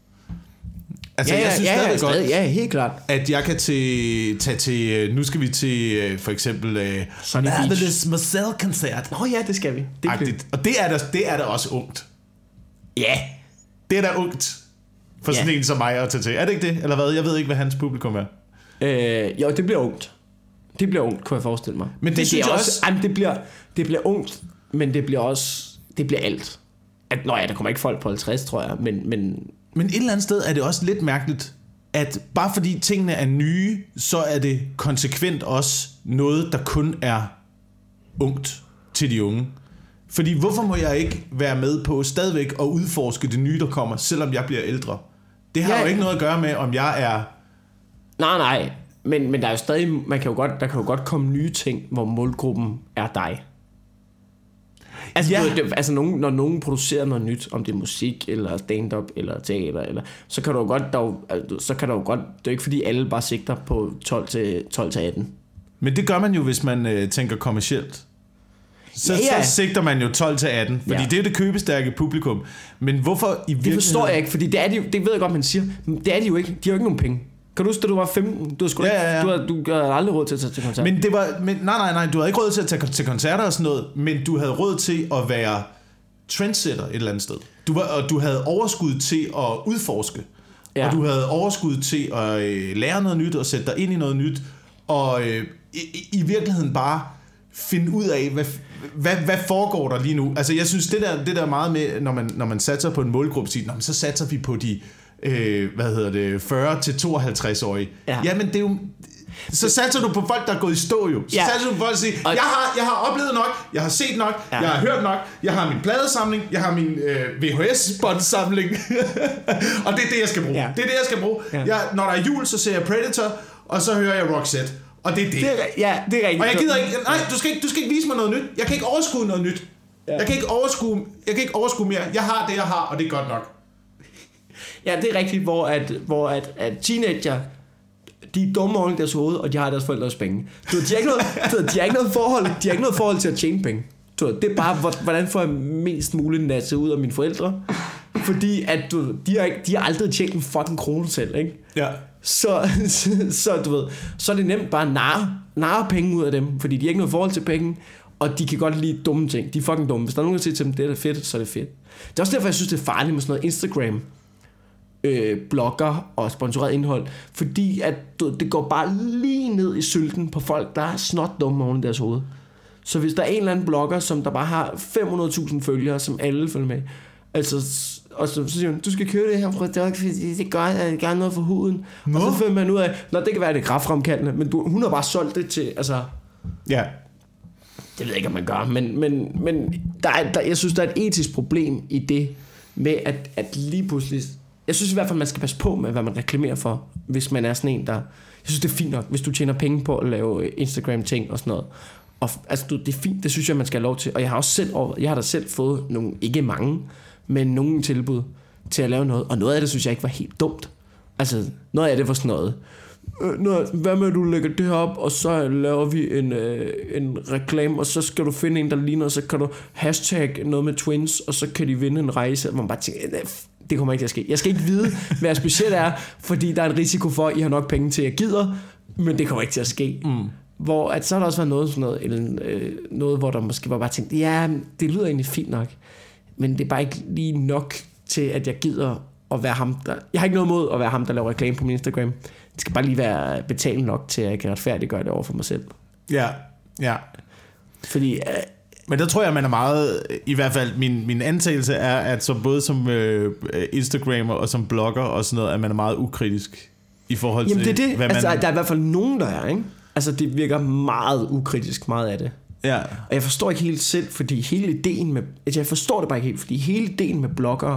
Altså, ja, ja, jeg synes ja, stadig ja, godt, ja, helt klart. at jeg kan til, tage til, nu skal vi til for eksempel uh, Marvelous Marcel-koncert. Nå ja, det skal vi. Det er og det er, da, det er da også ungt. Ja. Det er da ungt for ja. Sådan en som mig at tage til. Er det ikke det? Eller hvad? Jeg ved ikke, hvad hans publikum er. Øh, jo, det bliver ungt. Det bliver ungt, kunne jeg forestille mig. Men det, det synes jeg også... Jamen, det bliver, det bliver ungt, men det bliver også... Det bliver alt. At, nå ja, der kommer ikke folk på halvtreds, tror jeg, men... Men, men et eller andet sted er det også lidt mærkeligt, at bare fordi tingene er nye, så er det konsekvent også noget, der kun er ungt til de unge. Fordi hvorfor må jeg ikke være med på stadigvæk at udforske det nye, der kommer, selvom jeg bliver ældre? Det har ja, jo ikke noget at gøre med, om jeg er... Nej, nej. Men, men der er jo stadig, man kan jo godt, der kan jo godt komme nye ting, hvor målgruppen er dig. Altså, ja. det, altså nogen, når nogen producerer noget nyt, om det er musik eller stand-up eller teater, eller, så kan du jo godt, der jo, så kan du jo godt, det er ikke fordi alle bare sigter på tolv til atten. Men det gør man jo, hvis man øh, tænker kommercielt. Så, ja, ja. så sigter man jo tolv til atten, fordi ja. Det er det købestærke publikum. Men hvorfor i virkeligheden... Det forstår jeg ikke, fordi det er de, det ved jeg godt, man siger, det er de jo ikke. De har jo ikke nogen penge. Kan du huske, da du var femten? Du har ja, ja, ja. du havde, du havde aldrig råd til at tage til koncerter. Men det var, men, nej, nej, nej, du havde ikke råd til at tage til koncerter og sådan noget, men du havde råd til at være trendsetter et eller andet sted. Du, var, og du havde overskud til at udforske, ja. Og du havde overskud til at øh, lære noget nyt og sætte dig ind i noget nyt, og øh, i, i virkeligheden bare finde ud af, hvad, hvad, hvad foregår der lige nu. Altså jeg synes, det der, det der meget med, når man, når man satser på en målgruppe, siger, så satser vi på de... Øh, hvad hedder det, fyrre til tooghalvtreds-årige. Ja. Jamen det er jo... Så satser du på folk, der er gået i stå jo. Så ja. satser du på folk, der siger, jeg har, jeg har oplevet nok, jeg har set nok, ja. jeg har hørt nok, jeg har min pladesamling, jeg har min øh, V H S-båndsamling. Og det er det, jeg skal bruge. Ja. Det er det, jeg skal bruge. Ja. Jeg, når der er jul, så ser jeg Predator, og så hører jeg Roxette. Og det er det. det er, ja, det er rigtigt. Og jeg gider ikke... Nej, du skal ikke, du skal ikke vise mig noget nyt. Jeg kan ikke overskue noget nyt. Ja. Jeg kan ikke overskue, jeg kan ikke overskue mere. Jeg har det, jeg har, og det er godt nok. Ja, det er rigtigt, hvor, at, hvor at, at teenager, de er dumme oven i deres hoved, og de har deres forældres penge. Du, de, har ikke noget, de har ikke noget forhold, de har ikke noget forhold til at tjene penge. Du ved, det er bare, hvordan får jeg mest muligt nasse ud af mine forældre. Fordi at du, de, har, de har aldrig tjent en fucking krone selv, ikke? Ja. Så, så, så, du ved, så er det nemt bare at narre, narre penge ud af dem, fordi de har ikke noget forhold til penge, og de kan godt lide dumme ting. De er fucking dumme. Hvis der er nogen, der siger til dem, det er fedt, så er det fedt. Det er også derfor, jeg synes, det er farligt med sådan noget Instagram, øh, blogger og sponsoreret indhold, fordi at du, det går bare lige ned i sylten på folk, der er snot dumme oven i deres hoved. Så hvis der er en eller anden blogger, som der bare har fem hundrede tusind følgere, som alle følger med, altså, og så, så siger hun, du skal købe det her produkt, fordi det gør, at det gør noget for huden. Nå. Og så finder man ud af, nå, det kan være, det er kræftfremkaldende, men du, hun har bare solgt det til, altså... Ja. Det ved jeg ikke, om man gør, men, men, men der er, der, jeg synes, der er et etisk problem i det, med at, at lige pludselig... Jeg synes i hvert fald, man skal passe på med, hvad man reklamerer for, hvis man er sådan en, der... Jeg synes, det er fint nok, hvis du tjener penge på at lave Instagram-ting og sådan noget. Og, altså, det er fint, det synes jeg, man skal have lov til. Og jeg har også selv, jeg har da selv fået nogle, ikke mange, men nogle tilbud til at lave noget. Og noget af det, synes jeg ikke var helt dumt. Altså, noget af det var sådan noget... Nå, hvad med at du lægger det her op, og så laver vi en, øh, en reklame, og så skal du finde en, der ligner, og så kan du hashtag noget med twins, og så kan de vinde en rejse. Og man bare tænker, det kommer ikke til at ske. Jeg skal ikke vide, hvad jeg specielt er, fordi der er en risiko for, at I har nok penge til, at jeg gider, men det kommer ikke til at ske. Mm. Hvor at så har der også været noget, sådan noget, eller, øh, noget, hvor der måske var bare tænkt, ja, det lyder egentlig fint nok, men det er bare ikke lige nok til, at jeg gider at være ham, der... Jeg har ikke noget mod at være ham, der laver reklame på min Instagram. Det skal bare lige være betalende nok til, at jeg kan retfærdiggøre det over for mig selv. Ja, ja. Fordi... Øh, Men der tror jeg, man er meget... I hvert fald, min, min antagelse er, at så både som øh, Instagrammer og som blogger og sådan noget, at man er meget ukritisk i forhold jamen, til... Jamen det er det. Hvad altså, man... der er i hvert fald nogen, der er, ikke? Altså, det virker meget ukritisk, meget af det. Ja. Og jeg forstår ikke helt selv, fordi hele ideen med... Altså, jeg forstår det bare ikke helt, fordi hele ideen med bloggere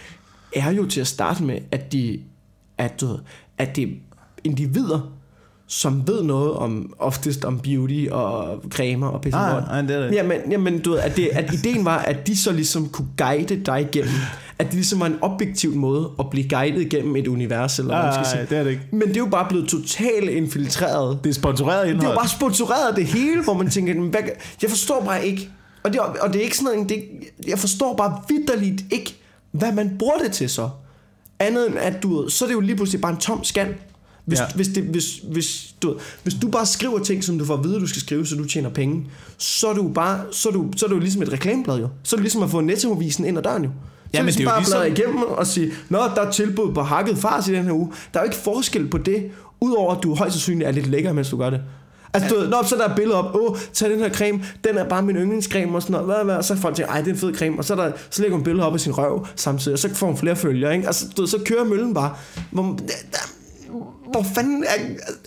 er jo til at starte med, at de... At, at det individer, som ved noget om, oftest om beauty og cremer og pisse ah, ah, det er det. Jamen, jamen du ved, at, det, at ideen var, at de så ligesom kunne guide dig igennem, at det ligesom var en objektiv måde at blive guidet igennem et univers, eller ah, hvad man skal sige. Det er det ikke. Men det er jo bare blevet totalt infiltreret. Det er sponsoreret indhold. Det er jo bare sponsoreret det hele, hvor man tænker, hvad, jeg forstår bare ikke, og det, og det er ikke sådan noget, det, jeg forstår bare vitterligt ikke, hvad man bruger det til så. Andet end at du, så er det jo lige pludselig bare en tom skal. Hvis, ja. hvis, det, hvis, hvis, du, hvis du bare skriver ting, som du får at vide, du skal skrive, så du tjener penge, så er du bare, så er du, så er det jo ligesom et reklameblad jo. Så er det ligesom at få Netto-avisen ind ad døren jo. Så ja, men det er jo bare ligesom... bladre igennem og sige, nå, der er tilbud på hakket fars i den her uge. Der er jo ikke forskel på det, udover at du højst sandsynligt er lidt lækker, mens du gør det. Altså, ja. du, nå, så der er billeder op, åh, tag den her creme, den er bare min yndlingscreme, og sådan noget, hvad, hvad, og så får folk tænker, ej, det er en fed creme, og så, der, så lægger hun billeder op af sin røv samtidig, og så får hun flere følgere, ikke? Altså, du, så kører møllen bare. Hvor, der, hvor fanden er...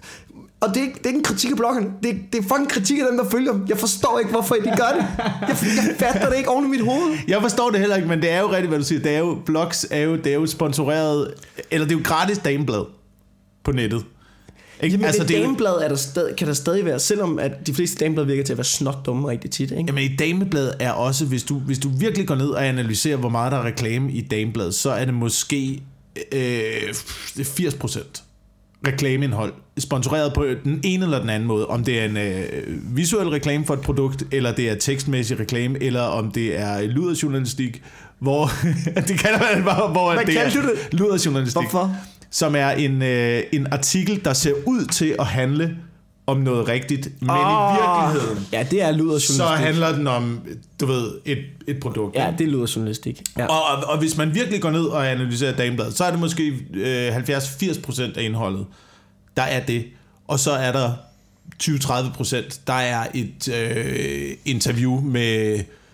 Og det er, ikke, det er ikke en kritik af bloggerne, det er, det er fucking kritik af dem, der følger dem. Jeg forstår ikke, hvorfor de gør det. Jeg, jeg fatter det ikke oven i mit hoved. Jeg forstår det heller ikke, men det er jo rigtigt, hvad du siger. Det er jo, blogs er jo, det er jo sponsoreret, eller det er jo gratis dameblad på nettet. Ikke? Jamen, altså, et dameblad er der stadig, kan der stadig være, selvom at de fleste dameblad virker til at være snot dumme rigtig tit. Ikke? Jamen, et dameblad er også, hvis du, hvis du virkelig går ned og analyserer, hvor meget der er reklame i dameblad, så er det måske øh, firs procent reklameindhold, sponsoreret på den ene eller den anden måde. Om det er en øh, visuel reklame for et produkt, eller det er tekstmæssig reklame, eller om det er luderjournalistik, hvor det kan være bare, hvor hvad det er det? luderjournalistik. Hvorfor? Som er en, øh, en artikel, der ser ud til at handle om noget rigtigt, men oh, i virkeligheden ja, det er luderjournalistik. Så handler den om, du ved, et, et produkt. Ja, det er luderjournalistik. Ja. Og, og, og hvis man virkelig går ned og analyserer damebladet, så er det måske øh, halvfjerds til firs procent af indholdet, der er det. Og så er der tyve til tredive procent, der er et øh, interview med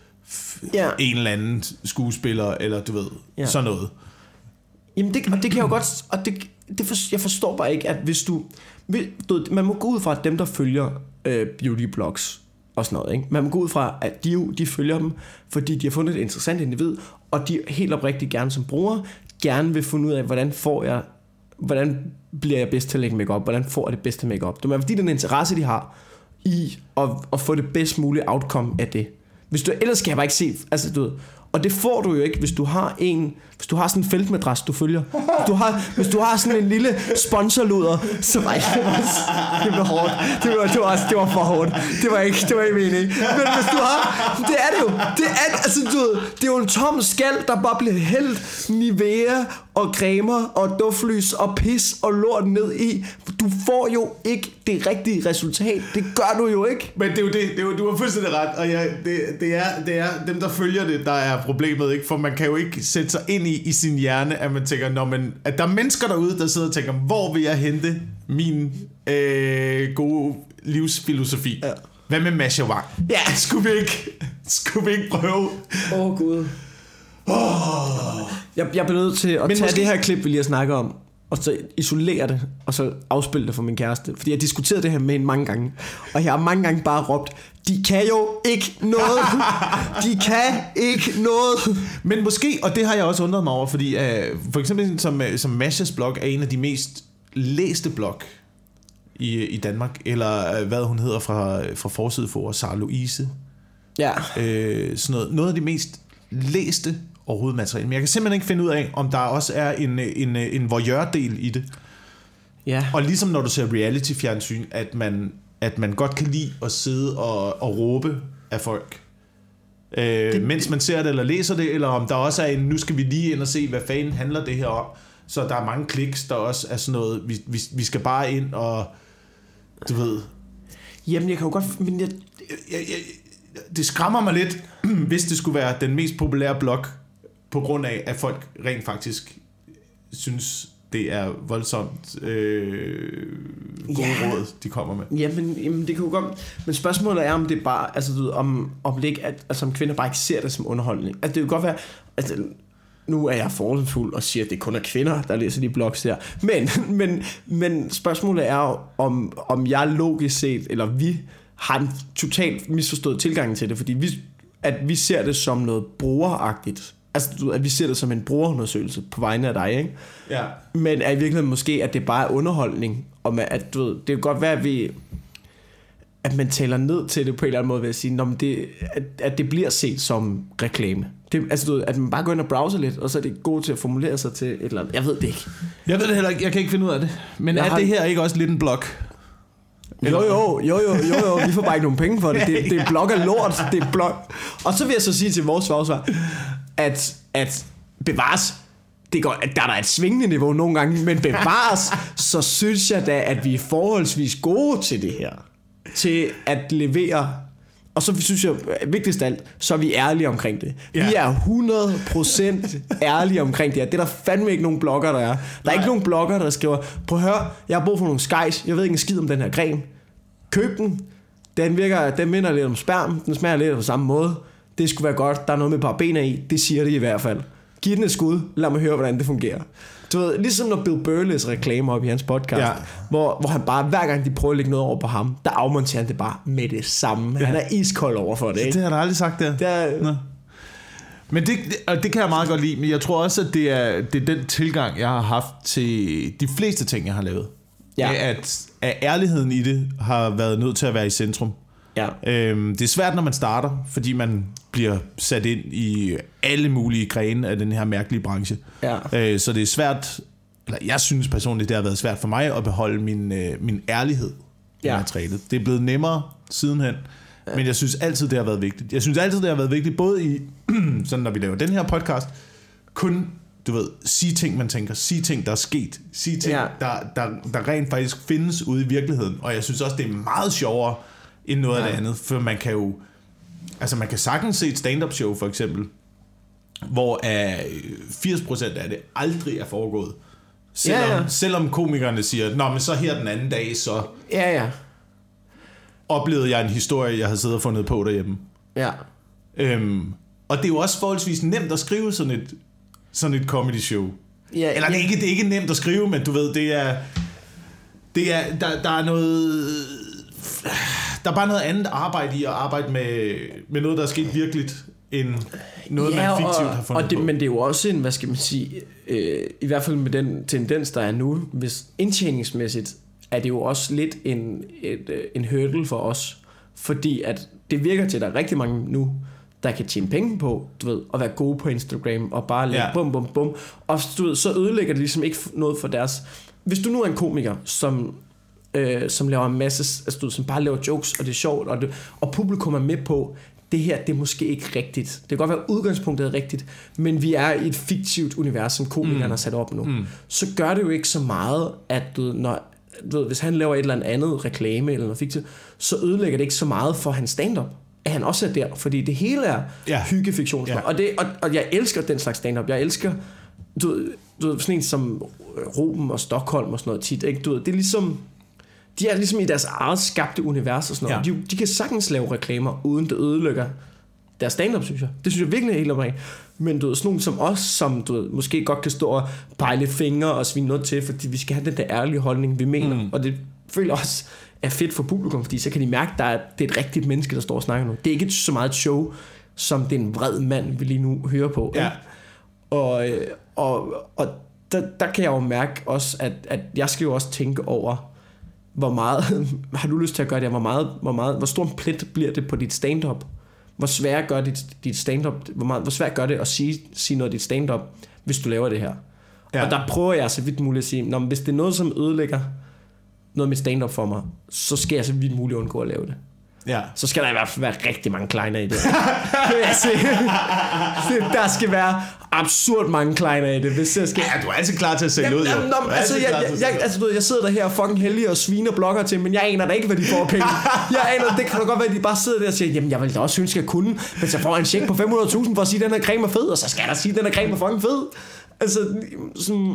f- ja. en eller anden skuespiller, eller du ved, ja. sådan noget. Jamen det, og det kan jeg jo godt, og det, det for, jeg forstår bare ikke, at hvis du, du, man må gå ud fra, at dem der følger øh, beauty blogs og sådan noget, ikke? Man må gå ud fra, at de jo, de følger dem, fordi de har fundet et interessant individ, og de helt oprigtigt gerne som bruger, gerne vil finde ud af, hvordan får jeg, hvordan bliver jeg bedst til at lægge make-up, hvordan får jeg det bedste make-up. Det er fordi den interesse, de har i at, at få det bedst mulige outcome af det. Hvis du, ellers skal jeg bare ikke se, altså du ved, Og det får du jo ikke, hvis du har en, hvis du har sådan en feltmadras, du følger. Hvis du har, hvis du har sådan en lille sponsorluder, så nej, det var, det var hårdt. Det var, det var, det var for hårdt. Det var ikke, det var ikke meningen. Men hvis du har, det er det jo. Det er, altså, du ved, det er jo en tom skal, der bare bliver hældt Nivea og cremer og duftlys og pis og lort ned i. Du får jo ikke det rigtige resultat. Det gør du jo ikke. Men det er jo det, det er jo, du har fuldstændig ret. Og jeg, det, det, er, det er dem, der følger det, der er problemet, ikke? For man kan jo ikke sætte sig ind i, i sin hjerne, at man tænker, når man, at der er mennesker derude, der sidder og tænker, hvor vil jeg hente min øh, gode livsfilosofi? Ja. Hvad med Masha Wang? Ja. Skulle vi ikke, skulle vi ikke prøve? Åh, oh, Gud. Oh. Jeg, jeg bliver nødt til at Men tage måske... det her klip, vi lige har snakket om, og så isolere det, og så afspille det for min kæreste. Fordi jeg diskuterede det her med hende mange gange, og jeg har mange gange bare råbt, de kan jo ikke noget. De kan ikke noget. Men måske, og det har jeg også undret mig over, fordi uh, for eksempel som, som Mashas blog er en af de mest læste blog i, i Danmark, eller uh, hvad hun hedder fra, fra forside for Sara Louise. Ja. Uh, sådan noget, noget af de mest læste overhovedet materiale. Men jeg kan simpelthen ikke finde ud af, om der også er en, en, en voyeur-del i det. Ja. Og ligesom når du ser reality-fjernsyn, at man, at man godt kan lide at sidde og, og råbe af folk. Øh, det, mens man ser det eller læser det, eller om der også er en, nu skal vi lige ind og se, hvad fanden handler det her om. Så der er mange kliks, der også er sådan noget, vi, vi, vi skal bare ind og, du ved. Jamen, jeg kan jo godt... Men jeg, jeg, jeg, det skræmmer mig lidt, hvis det skulle være den mest populære blog, på grund af, at folk rent faktisk synes, det er voldsomt øh, gode ja. råd, de kommer med. Ja, men, jamen, det kan jo godt... Men spørgsmålet er, om det bare... Altså, du ved, om, om det ikke... At, altså, om kvinder bare ikke ser det som underholdning. Altså, det kan godt være... Altså, nu er jeg fordomsfuld og siger, at det kun er kvinder, der læser de blogs der. Men, men, men spørgsmålet er, om, om jeg logisk set, eller vi, har en totalt misforstået tilgang til det. Fordi vi, at vi ser det som noget brugeragtigt. Altså, at vi ser det som en brugerundersøgelse på vegne af dig, ikke? Ja. Men er i virkeligheden måske, at det bare er underholdning, og at, du ved, det kan godt være, at vi, at man taler ned til det på en eller anden måde ved at sige, at det, at, at det bliver set som reklame. Det, altså, du ved, at man bare går ind og browser lidt, og så er det god til at formulere sig til et eller andet. Jeg ved det ikke. Jeg ved det heller ikke. Jeg kan ikke finde ud af det. Men jeg er har... det her ikke også lidt en blog? Jo jo, jo, jo, jo, jo, vi får bare ikke nogen penge for det. Det, det er blog af lort, det er blog. Og så vil jeg så sige til vores forsvar, at, at bevares, det går, at der er der et svingende niveau nogle gange, men bevares, så synes jeg da, at vi er forholdsvis gode til det her. Til at levere. Og så synes jeg, vigtigst af alt, så er vi ærlige omkring det. Ja. Vi er hundrede procent ærlige omkring det her. Det er der fandme ikke nogen blogger, der er. Der er Nej. ikke nogen blogger, der skriver, prøv at høre, jeg har brug for nogle skejs, jeg ved ikke en skid om den her creme. Køb den. Den virker, den minder lidt om sperm, den smager lidt på samme måde. Det skulle være godt, der er noget med parabener i, det siger det i hvert fald. Giv den et skud, lad mig høre, hvordan det fungerer. Du ved, ligesom når Bill Burr læser reklamer op i hans podcast, ja. hvor, hvor han bare, hver gang de prøver at lægge noget over på ham, der afmonterer han det bare med det samme. Ja. Han er iskold over for det, ikke? Det har jeg aldrig sagt, det. det er, Men det, det, det kan jeg meget godt lide, men jeg tror også, at det er, det er den tilgang, jeg har haft til de fleste ting, jeg har lavet. Ja. At, at ærligheden i det har været nødt til at være i centrum. Ja. Øhm, det er svært, når man starter, fordi man bliver sat ind i alle mulige grene af den her mærkelige branche. Ja. Øh, så det er svært, eller jeg synes personligt, det har været svært for mig at beholde min, øh, min ærlighed i ja. materialet. Det er blevet nemmere sidenhen, ja. men jeg synes altid, det har været vigtigt. Jeg synes altid, det har været vigtigt, både i, sådan når vi laver den her podcast, kun, du ved, sige ting, man tænker, sige ting, der er sket, sige ting, ja. der, der, der rent faktisk findes ude i virkeligheden. Og jeg synes også, det er meget sjovere, end noget ja. af det andet, for man kan jo, altså man kan sagtens se et stand-up show for eksempel, hvor firs procent af det aldrig er foregået. Selvom, ja, ja. selvom komikerne siger, nå, men så her den anden dag, så ja, ja. oplevede jeg en historie, jeg havde siddet og fundet på derhjemme. Ja. Øhm, og det er jo også forholdsvis nemt at skrive sådan et, sådan et comedy show. Ja, Eller ja. Det, er ikke, det er ikke nemt at skrive, men du ved, det er, det er der, der er noget... Der er bare noget andet arbejde i at arbejde med, med noget, der er sket virkeligt, end noget, ja, man fiktivt har fundet og det, på. Men det er jo også en, hvad skal man sige, øh, i hvert fald med den tendens, der er nu, hvis indtjeningsmæssigt, er det jo også lidt en, et, en hurdle for os, fordi at det virker til, at der er rigtig mange nu, der kan tjene penge på, du ved, og være gode på Instagram, og bare lægge Ja. bum, bum, bum. Og du ved, så ødelægger det ligesom ikke noget for deres... Hvis du nu er en komiker, som, øh, som laver en masse, altså du ved, som bare laver jokes, og det er sjovt, og, det, og publikum er med på, det her, det er måske ikke rigtigt. Det kan godt være, at udgangspunktet er rigtigt, men vi er i et fiktivt univers, som komikerne mm. har sat op nu. Mm. Så gør det jo ikke så meget, at du ved, når, du ved, hvis han laver et eller andet reklame, eller noget fiktivt, så ødelægger det ikke så meget for hans stand-up, at han også er der, fordi det hele er ja. hyggefiktion. Ja. Og, det, og, og jeg elsker den slags stand-up. Jeg elsker, du ved, du ved, sådan en som Ruben og Stockholm og sådan noget tit, ikke? Du ved, det er ligesom... De er ligesom i deres eget skabte univers og sådan noget. Ja. De, de kan sagtens lave reklamer, uden det ødelægger deres stand-up, synes jeg. Det synes jeg virkelig er helt omkring. Men du ved, sådan nogen som os, som du ved, måske godt kan stå og pejle fingre og svine noget til, fordi vi skal have den der ærlige holdning, vi mener. Mm. Og det føler også er fedt for publikum, fordi så kan de mærke, at det er et rigtigt menneske, der står og snakker nu. Det er ikke så meget et show, som den vred mand, vi lige nu hører på. Ja. Og, og, og der, der kan jeg jo mærke også, at, at jeg skal jo også tænke over, hvor meget har du lyst til at gøre det? Hvor meget, hvor meget, hvor stor en plet bliver det på dit stand-up? Hvor svært gør dit, dit stand-up? Hvor meget, hvor svært gør det at sige, sige noget af dit stand-up, hvis du laver det her? Ja. Og der prøver jeg så vidt muligt at sige, når, hvis det er noget, som ødelægger noget med stand-up for mig, så skal jeg så vidt muligt undgå at lave det. Ja. Så skal der i hvert fald være rigtig mange kleiner i det. Der skal være absurd mange kleiner i det. Hvis jeg skal... Ja, du er altid klar til at sælge ud. Jamen, jamen, altså, jeg, jeg, jeg, altså, du ved, jeg sidder der her og fucking heldig og sviner blogger til, men jeg aner da ikke, hvad de får penge. Jeg aner, det kan da godt være, at de bare sidder der og siger, jamen jeg vil da også synes, at jeg kunne, hvis jeg får en check på fem hundrede tusind for at sige, at den her creme er fed, og så skal jeg da sige, at den her creme er fucking fed. Altså, sådan...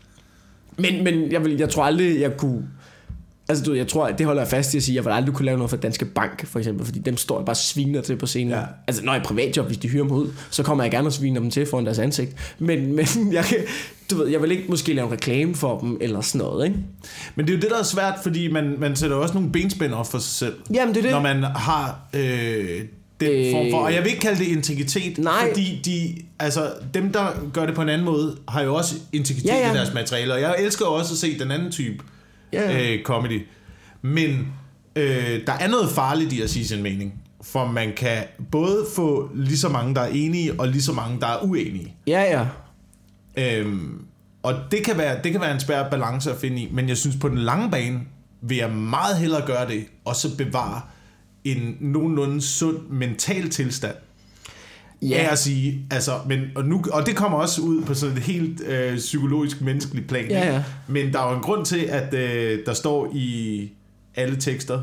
Men, men jeg, vil, jeg tror aldrig, jeg kunne... Altså du, jeg tror, det holder jeg fast i at sige, jeg vil aldrig kunne lave noget for Danske Bank, for eksempel, fordi dem står jeg bare sviner til på scenen. Ja. Altså når jeg er privatjob, hvis de hyrer mig ud, så kommer jeg gerne og sviner dem til foran deres ansigt. Men, men jeg, kan, du ved, jeg vil ikke måske lave en reklame for dem, eller sådan noget, ikke? Men det er jo det, der er svært, fordi man, man sætter også nogle benspænd op for sig selv. Jamen det er det. Når man har... Øh, den form for, og jeg vil ikke kalde det integritet, Nej. fordi de, altså, dem, der gør det på en anden måde, har jo også integritet ja, ja. i deres materiale, og jeg elsker også at se den anden type yeah. øh, comedy. Men øh, der er noget farligt i at sige sin mening, for man kan både få lige så mange, der er enige, og lige så mange, der er uenige. Ja, ja. Øhm, og det kan, være, det kan være en svær balance at finde i, men jeg synes, på den lange bane vil jeg meget hellere gøre det, og så bevare en nogenlunde sund mental tilstand. Ja, af at sige, altså, men, og, nu, og det kommer også ud på sådan et helt øh, psykologisk menneskeligt plan. Ja, ja. Men der er jo en grund til, at øh, der står i alle tekster,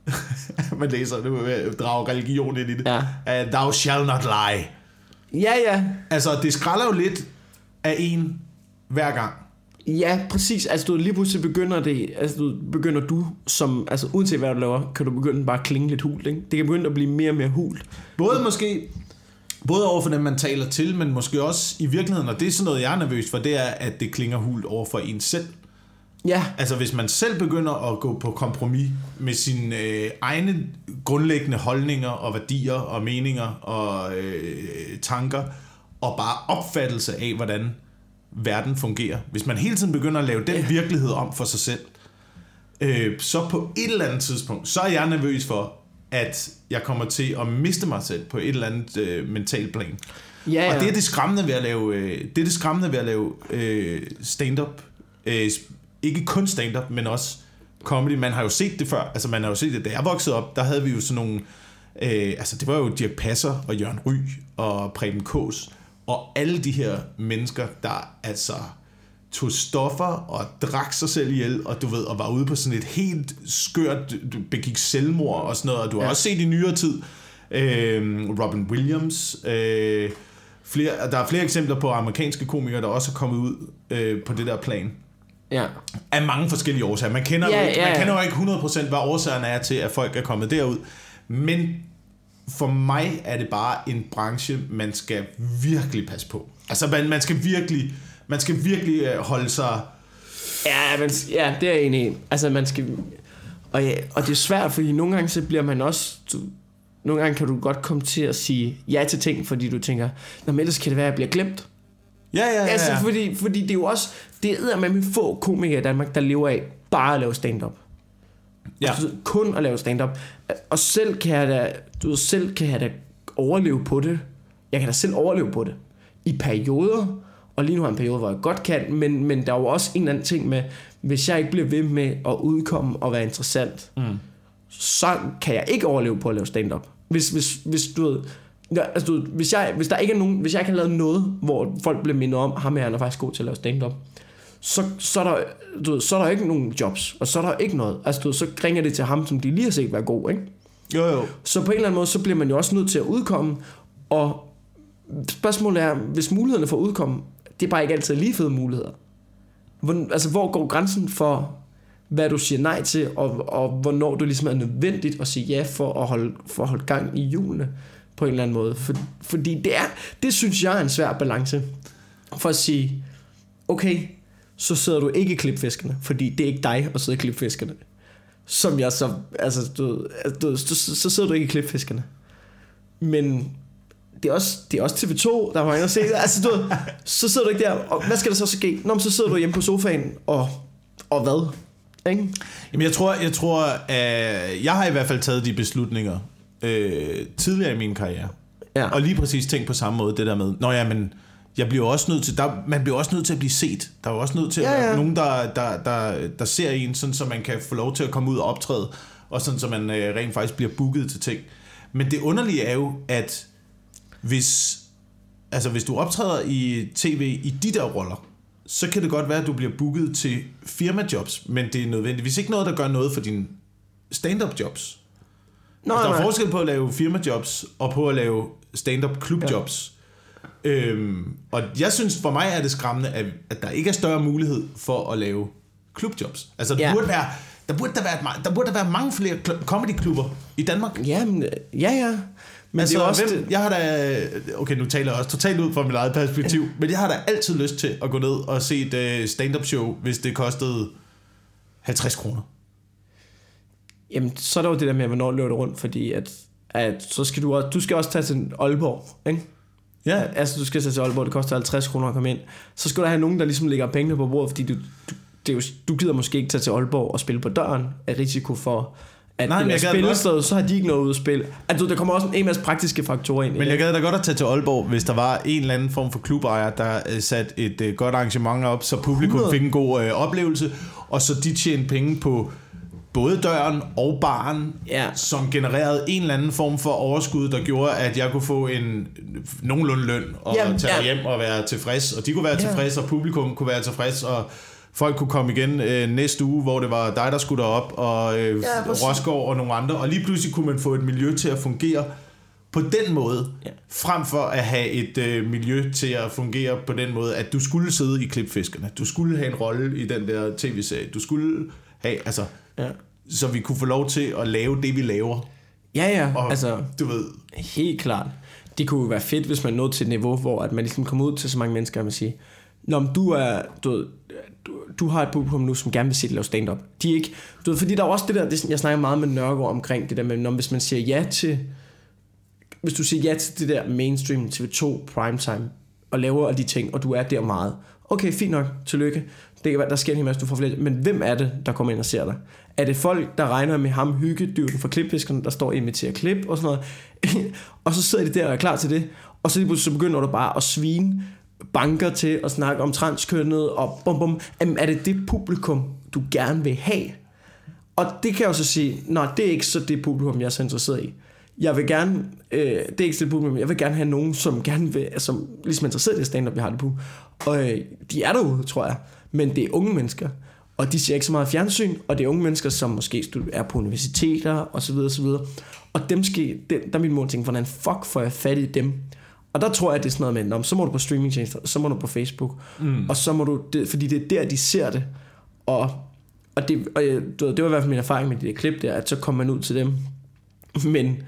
man læser, nu drager religion ind i det, ja. uh, thou shall not lie. Ja, ja. Altså, det skralder jo lidt af en hver gang. Ja, præcis. Altså du lige pludselig begynder det, altså du begynder du som, altså uanset hvad du laver, kan du begynde bare at klinge lidt hult, ikke? Det kan begynde at blive mere og mere hult. Både måske, både over for dem man taler til, men måske også i virkeligheden, og det er sådan noget jeg er nervøs for, det er at det klinger hult over for en selv. Ja. Altså hvis man selv begynder at gå på kompromis med sine øh, egne grundlæggende holdninger og værdier og meninger og øh, tanker og bare opfattelse af hvordan verden fungerer. Hvis man hele tiden begynder at lave den yeah. virkelighed om for sig selv, øh, så på et eller andet tidspunkt, så er jeg nervøs for, at jeg kommer til at miste mig selv på et eller andet øh, mentalt plan. Ja, ja. Og det er det skræmmende ved at lave, øh, det er det skræmmende ved at lave øh, stand-up. Øh, ikke kun stand-up, men også comedy. Man har jo set det før. Altså man har jo set det, da jeg voksede op, der havde vi jo sådan nogle, øh, altså det var jo Dirch Passer og Jørgen Ryg og Preben Kaas, og alle de her mennesker, der altså tog stoffer og drak sig selv ihjel, og du ved, og var ude på sådan et helt skørt, begik selvmord og sådan noget, og du har ja. også set i nyere tid, øh, Robin Williams, øh, flere, der er flere eksempler på amerikanske komikere, der også er kommet ud øh, på det der plan. Ja. Af mange forskellige årsager. Man kender, ja, jo ikke, ja, ja. man kender jo ikke hundrede procent, hvad årsagerne er til, at folk er kommet derud, men for mig er det bare en branche, man skal virkelig passe på. Altså, man, man skal virkelig, man skal virkelig holde sig... Ja, men, ja, det er jeg enig i. Altså, man skal... Og, ja, og det er svært, fordi nogle gange så bliver man også... Du, nogle gange kan du godt komme til at sige ja til ting, fordi du tænker, nå, men ellers kan det være, at jeg bliver glemt. Ja, ja, ja. ja. Altså, fordi, fordi det er jo også... Det er med få komikere i Danmark, der lever af bare at lave stand-up. Ja. Altså, kun at lave stand-up. Og selv kan jeg da, du ved, selv kan jeg da overleve på det. Jeg kan da selv overleve på det. I perioder, og lige nu har en periode, hvor jeg godt kan, men, men der er jo også en eller anden ting med, hvis jeg ikke bliver ved med at udkomme og være interessant, mm. så kan jeg ikke overleve på at lave stand-up. Hvis, hvis, hvis du ved, altså, du, hvis, jeg, hvis der ikke er nogen, hvis jeg ikke har lavet noget, hvor folk bliver mindet om, ham her, han er faktisk god til at lave stand-up, så, så, er der, du ved, så er der ikke nogen jobs, og så er der ikke noget. Altså, du ved, så ringer det til ham, som de lige har set være god, ikke? Jo, jo. Så på en eller anden måde, så bliver man jo også nødt til at udkomme, og spørgsmålet er, hvis mulighederne for at udkomme, det er bare ikke altid lige fede muligheder. Hvor, altså, hvor går grænsen for, hvad du siger nej til, og, og hvornår du ligesom er nødvendigt at sige ja for at holde, for at holde gang i hjulene på en eller anden måde. For, fordi det er, det synes jeg er en svær balance. For at sige, okay, så sidder du ikke i klipfiskerne, fordi det er ikke dig at sidde i klipfiskerne. Som jeg så, altså, du, du, så, så sidder du ikke i klipfiskerne. Men det er også, det er også T V to, der var inde og se det. Altså, du, så sidder du ikke der, og hvad skal der så ske? Nå, men så sidder du hjemme på sofaen, og, og hvad? Ikke? Jamen, jeg tror, jeg tror, at jeg har i hvert fald taget de beslutninger øh, tidligere i min karriere. Ja. Og lige præcis tænkt på samme måde, det der med, nå ja, men jeg bliver også nødt til, der, man bliver også nødt til at blive set. Der er jo også nødt til at ja, ja. være nogen, der, der, der, der ser en, sådan så man kan få lov til at komme ud og optræde, og sådan så man øh, rent faktisk bliver booket til ting. Men det underlige er jo, at hvis, altså hvis du optræder i tv i de der roller, så kan det godt være, at du bliver booket til firmajobs, men det er nødvendigvis ikke noget, der gør noget for dine stand-up jobs. Nå, altså, der er forskel på at lave firmajobs og på at lave stand-up klubjobs. Ja. Øhm, og jeg synes, for mig er det skræmmende, at, at der ikke er større mulighed for at lave klubjobs. Altså, der, ja. burde, være, der, burde der, være, der burde der være mange flere comedyklubber i Danmark. Ja, men, ja, ja. Men altså, det er også hvem, det... jeg har da, okay, nu taler jeg også totalt ud fra mit eget perspektiv, men jeg har da altid lyst til at gå ned og se et stand-up show, hvis det kostede halvtreds kroner. Jamen, så er der jo det der med, hvornår løber det rundt, fordi at, at så skal du også, du skal også tage til Aalborg, ikke? Ja. Altså, du skal tage til Aalborg, det koster halvtreds kroner at komme ind. Så skal der have nogen, der ligesom lægger pengene på bordet, fordi du, du, det er jo, du gider måske ikke tage til Aalborg og spille på døren af risiko for... at nej, det er spillested, så har de ikke noget ud at spille. Altså, der kommer også en, en masse praktiske faktorer ind. Men jeg gad da godt at tage til Aalborg, hvis der var en eller anden form for klubejer, der uh, satte et uh, godt arrangement op, så publikum fik en god uh, oplevelse, og så de tjente penge på både døren og baren, ja. som genererede en eller anden form for overskud, der gjorde, at jeg kunne få en nogenlunde løn og ja, tage ja. hjem og være tilfreds, og de kunne være ja. tilfreds, og publikum kunne være tilfreds, og folk kunne komme igen øh, næste uge, hvor det var dig, der skulle derop, og øh, ja, Rosgaard og nogle andre. Og lige pludselig kunne man få et miljø til at fungere på den måde, ja. frem for at have et øh, miljø til at fungere på den måde, at du skulle sidde i klipfiskerne. Du skulle have en rolle i den der tv-serie. Du skulle have, altså... Ja. Så vi kunne få lov til at lave det, vi laver. Ja, ja. Og, altså, du ved... Helt klart. Det kunne jo være fedt, hvis man nåede til et niveau, hvor at man ligesom kommer ud til så mange mennesker, og man siger... Nå, men du er, du, ved, du, du har et publikum nu, som gerne vil se dig lave stand-up. De er ikke, du ved, fordi der er også det der, det, jeg snakker meget med Nørgaard omkring det der med, når, hvis man siger ja til, hvis du siger ja til det der mainstream T V to primetime, og laver de ting, og du er der meget. Okay, fint nok, tillykke. Det kan være, der sker en hel masse, du får flere. Men hvem er det, der kommer ind og ser dig? Er det folk, der regner med ham hyggedyven fra klipfiskerne, der står og imiterer klip og sådan noget? Og så sidder de der og er klar til det. Og så, så begynder du bare at svine banker til at snakke om transkønnet og bum bum. Jamen, er det det publikum, du gerne vil have? Og det kan jeg jo så sige, nej, det er ikke så det publikum, jeg er så interesseret i. Jeg vil gerne, øh, det er ikke så det publikum, jeg vil gerne have nogen, som gerne vil, som ligesom er interesseret i det stand-up, jeg har det på. Og øh, de er derude, tror jeg. Men det er unge mennesker, og de ser ikke så meget fjernsyn, og det er unge mennesker, som måske er på universiteter, og så videre, og så videre. Og dem skal, der er min måde at tænke, hvordan fuck får jeg fat i dem? Og der tror jeg, det er sådan noget med, så må du på streamingtjenester, så må du på Facebook, mm. og så må du, det, fordi det er der, de ser det. Og, og, det, og det var i hvert fald min erfaring med de der klip der, at så kommer man ud til dem. Men,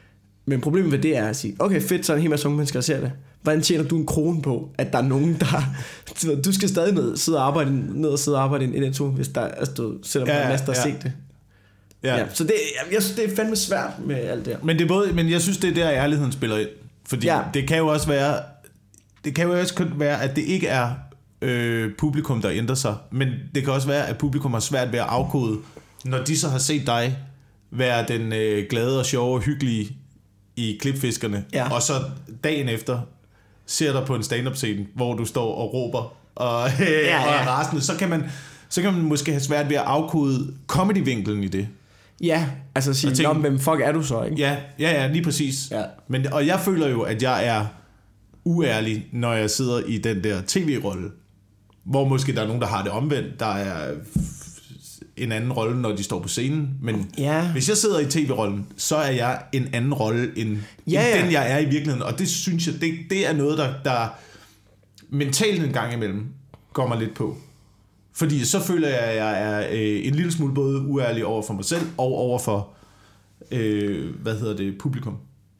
men problemet ved det er at sige, okay fedt, så er en hel masse unge mennesker, der ser det. Hvordan tjener du en krone på, at der er nogen, der... Du skal stadig ned, sidde og arbejde, ned og sidde og arbejde i en to, hvis der altså, selvom ja, der er masser, der ja. set det. Ja. Ja, så det, jeg synes, det er fandme svært med alt det her. Men, det er både, men jeg synes, det er der, ærligheden spiller ind. Fordi ja. det kan jo også være... Det kan jo også være, at det ikke er øh, publikum, der ændrer sig. Men det kan også være, at publikum har svært ved at afkode, når de så har set dig være den øh, glade og sjove og hyggelige i Klipfiskerne, ja. og så dagen efter ser dig på en stand-up scene, hvor du står og råber og, øh, ja, ja. og er rasende, så kan man så kan man måske have svært ved at afkode comedy-vinklen i det. Ja, altså sige, tænke, hvem fuck er du så, ikke? Ja, ja, ja, lige præcis. Ja. Men, og jeg føler jo, at jeg er uærlig, når jeg sidder i den der tv-rolle, hvor måske der er nogen, der har det omvendt, der er en anden rolle, når de står på scenen, men ja. Hvis jeg sidder i tv-rollen, så er jeg en anden rolle, end, ja, end ja. den, jeg er i virkeligheden, og det synes jeg, det, det er noget, der, der mentalt en gang imellem går mig lidt på. Fordi så føler jeg, at jeg er øh, en lille smule både uærlig over for mig selv, og over for, øh, hvad hedder det, publikum.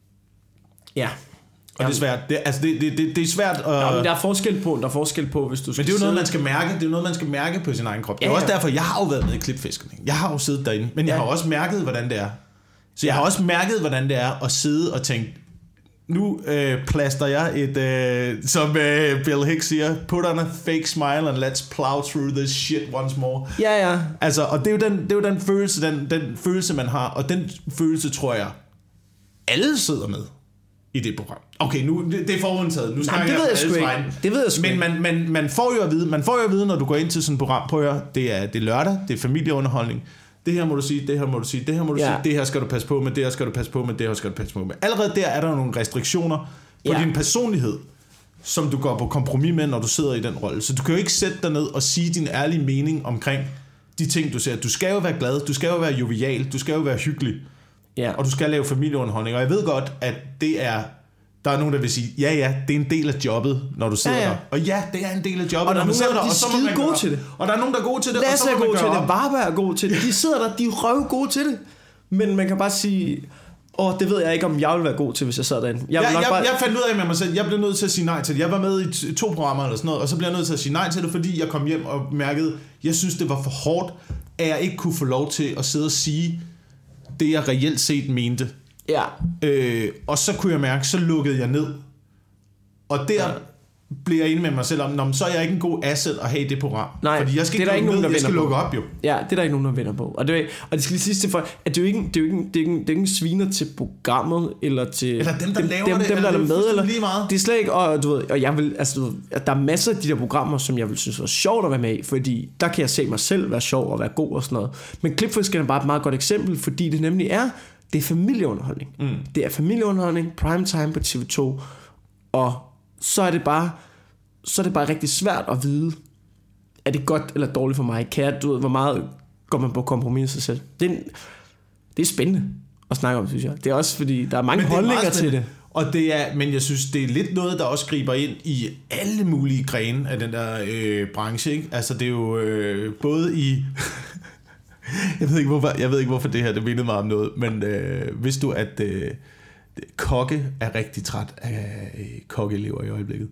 Ja. Og det er svært. Det, altså det, det, det, det er svært at... Ja, men der er forskel på, der er forskel på, hvis du skal. Men det er jo noget, man skal mærke. Det er jo noget, man skal mærke på sin egen krop. Det er ja, også derfor, jeg har jo været med i Klipfiskerne. Jeg har jo siddet derinde, men jeg ja. har også mærket, hvordan det er. Så jeg har også mærket, hvordan det er at sidde og tænke, nu øh, plaster jeg et, øh, som øh, Bill Hicks siger, put on a fake smile and let's plow through this shit once more. Ja, ja. Altså, og det er jo den, det er jo den følelse, den, den følelse, man har, og den følelse, tror jeg, alle sidder med i det program. Okay, nu det, det er forudtaget. Nu snakker Nej, det ved jeg sgu ikke. Det ved jeg sgu Men man, man, man får jo at vide, man får jo at vide, når du går ind til sådan et program, prøv at høre, det er, det er lørdag, det er familieunderholdning. Det her må du sige, det her må du sige, det her må du ja. sige, det her skal du passe på med, det her skal du passe på med, det her skal du passe på med. Allerede der er der nogle restriktioner på ja. din personlighed, som du går på kompromis med, når du sidder i den rolle. Så du kan jo ikke sætte dig ned og sige din ærlige mening omkring de ting, du ser. Du skal jo være glad, du skal jo være jovial, du skal jo være hyggelig, ja. og du skal lave familieunderholdning. Og jeg ved godt, at det er... Der er nogen, der vil sige, ja, ja, det er en del af jobbet, når du sidder ja, ja. der. Og ja, det er en del af jobbet, og der når du sidder der. Og de så er skide gode til det. Og der er nogen, der er gode til det. Lasse er gode til det. Varberg er gode til det. De sidder der, de er røv gode til det. Men man kan bare sige, åh, det ved jeg ikke, om jeg vil være god til, hvis jeg sad derinde. Jeg, ja, jeg, bare... bare... jeg fandt ud af med mig selv, jeg blev nødt til at sige nej til det. Jeg var med i to programmer eller sådan noget, og så blev jeg nødt til at sige nej til det, fordi jeg kom hjem og mærkede, jeg synes, det var for hårdt, at jeg ikke kunne få lov til at sidde og sige det, jeg reelt set mente. Ja. Øh, og så kunne jeg mærke, så lukkede jeg ned. Og der ja. blev jeg enig med mig selv om, så er jeg ikke en god asset at have i det program. Nej, fordi jeg skal det er der ikke nogen, der jeg skal lukke på. op jo. Ja, det er der ikke nogen, der vinder på. Og det, og det skal lige siges til folk, at det er jo ikke, det er jo ikke, det er ikke, det er ikke sviner til programmet, eller til... Eller dem, der dem, laver dem, det, dem, der eller er med, eller... Lige meget. Det er slet ikke, og du ved, og jeg vil, altså du ved, der er masser af de der programmer, som jeg vil synes var sjovt at være med i, fordi der kan jeg se mig selv være sjov og være god og sådan noget. Men Klipfiskerne er bare et meget godt eksempel, fordi det nemlig er, det er familieunderholdning. Mm. Det er familieunderholdning, primetime på T V to, og så er det bare... så er det bare rigtig svært at vide, er det godt eller dårligt for mig? Kan jeg, du ved, hvor meget går man på kompromis med sig selv? Det er, det er spændende at snakke om, synes jeg. Det er også fordi, der er mange holdninger til det. Og det er, men jeg synes, det er lidt noget, der også griber ind i alle mulige grene af den der øh, branche, ikke? Altså det er jo øh, både i... jeg, ved ikke, hvorfor, jeg ved ikke, hvorfor det her, det mindede mig om noget, men øh, vidste du, at øh, kokke er rigtig træt af øh, kokkeelever i øjeblikket?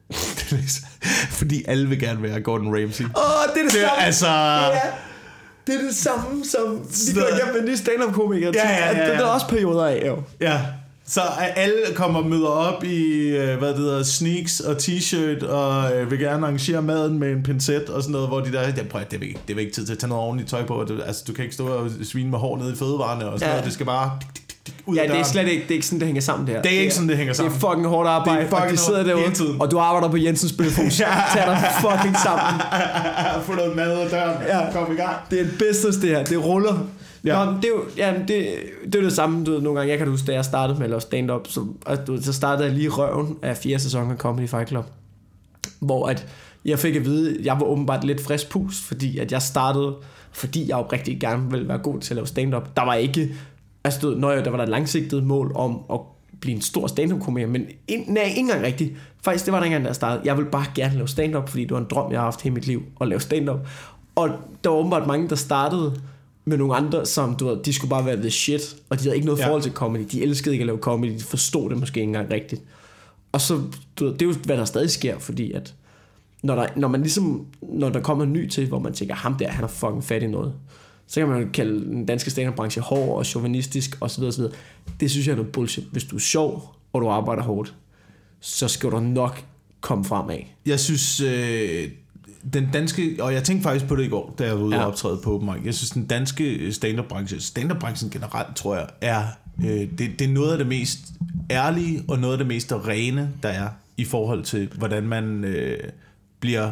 Fordi alle vil gerne være Gordon Ramsay. Åh, oh, det er det, det samme. Altså... Ja, det er det samme som vi går igennem med nye stand-up-komikere. Ja, ja, ja, ja. Det er der også perioder af, jo. Ja. Så alle kommer og møder op i hvad det hedder, sneaks og t-shirt og vil gerne arrangere maden med en pincet og sådan noget, hvor de der, ja, prøv, det, er ikke, det er ikke tid til at tage noget ordentligt tøj på. Det, altså, du kan ikke stå og svine med hår nede i fødevarene og sådan ja. noget. Det skal bare... Ja, det er slet ikke, det er ikke sådan, det hænger sammen der. Det er ikke sådan, det hænger sammen. Det er fucking hårdt arbejde, fucking og de sidder derude, og du arbejder på Jensens Bøfhus. ja. Tag dig fucking sammen. Få noget mad ud af døren. Ja. Kom i gang. Det er et business, det her. Det ruller. Ja. Nå, det er jo ja, det, det er det samme, du ved, nogle gange. Jeg kan huske, da jeg startede med at lave stand-up, så, altså, så startede jeg lige røven af fjerde sæson af Comedy Fight Club, hvor at jeg fik at vide, at jeg var åbenbart lidt frisk pust, fordi at jeg startede, fordi jeg jo rigtig gerne ville være god til at lave stand-up. Der var ikke... Altså, du ved, når jeg, der var der et langsigtet mål om at blive en stor stand-up-komiker, men ind, nej, ikke engang rigtigt. Faktisk, det var der ikke engang, da jeg startede. Jeg ville bare gerne lave stand-up, fordi det var en drøm, jeg har haft hele mit liv, at lave stand-up. Og der var åbenbart mange, der startede med nogle andre, som, du ved, de skulle bare være the shit, og de havde ikke noget ja. forhold til comedy. De elskede ikke at lave comedy, de forstod det måske ikke engang rigtigt. Og så, du ved, det er jo, hvad der stadig sker, fordi at, når der, når man ligesom, når der kommer en ny til, hvor man tænker, ham der, han er fucking fat i noget, så kan man jo kalde den danske stand-up-branche hård og chauvinistisk osv. osv. Det synes jeg er noget bullshit. Hvis du er sjov, og du arbejder hårdt, så skal du nok komme fremad. Jeg synes, øh, den danske, og jeg tænkte faktisk på det i går, da jeg var ude ja. og optræde på Open Mic, jeg synes, den danske stand-up-branche, stand-up-branchen generelt, tror jeg, er, øh, det, det er noget af det mest ærlige og noget af det mest rene, der er, i forhold til, hvordan man øh, bliver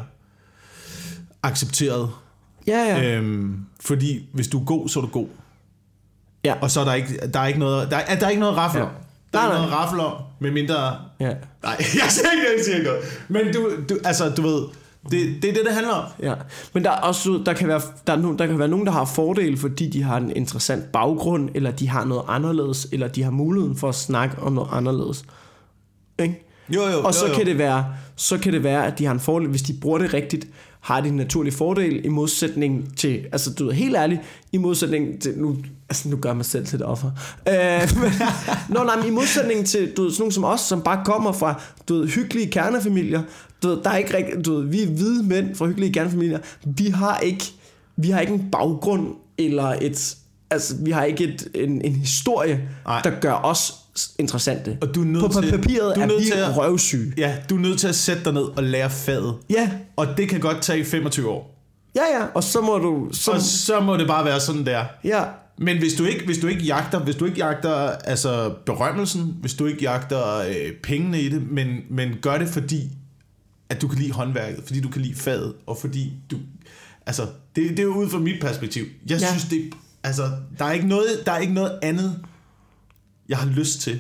accepteret. Ja, ja. Øhm, fordi hvis du er god, så er du god. Ja. Og så er der ikke, der er ikke noget, der er, der er ikke noget raffel om. Ja. Der er nej, noget raffel om, med mindre... Ja. Nej, jeg siger ikke, jeg siger ikke noget. Men du, du, altså, du ved, det, det er det, det handler om. Ja. Men der er også, der kan være, der, er no, der kan være nogen, der har fordele, fordi de har en interessant baggrund, eller de har noget anderledes, eller de har muligheden for at snakke om noget anderledes. Ikke? Jo, jo, og så jo, jo. kan det være, så kan det være, at de har en fordel, hvis de bruger det rigtigt, har de en naturlig fordel i modsætning til, altså du ved, helt ærligt, i modsætning til, nu, altså nu gør jeg mig selv til et offer. Øh, men, nå, nej, men i modsætning til, du ved, sådan nogen som os, som bare kommer fra, du ved, hyggelige kernefamilier, du ved, der er ikke rigtig, du ved, vi er hvide mænd fra hyggelige kernefamilier, vi har ikke, vi har ikke en baggrund, eller et, altså vi har ikke et, en, en historie, Ej. der gør os interessante. Og du er nødt på til, papiret du er, er nødt vi til at, røvsyge. Ja, du er nødt til at sætte dig ned og lære faget. Ja. Og det kan godt tage femogtyve år. Ja, ja, og så må du... Så... Og så må det bare være sådan der. Ja. Men hvis du ikke, hvis du ikke jagter, hvis du ikke jagter altså berømmelsen, hvis du ikke jagter øh, pengene i det, men, men gør det fordi, at du kan lide håndværket, fordi du kan lide faget, og fordi du... Altså, det, det er jo ud fra mit perspektiv. Jeg ja. synes, det... Altså, der er ikke noget, der er ikke noget andet, jeg har lyst til,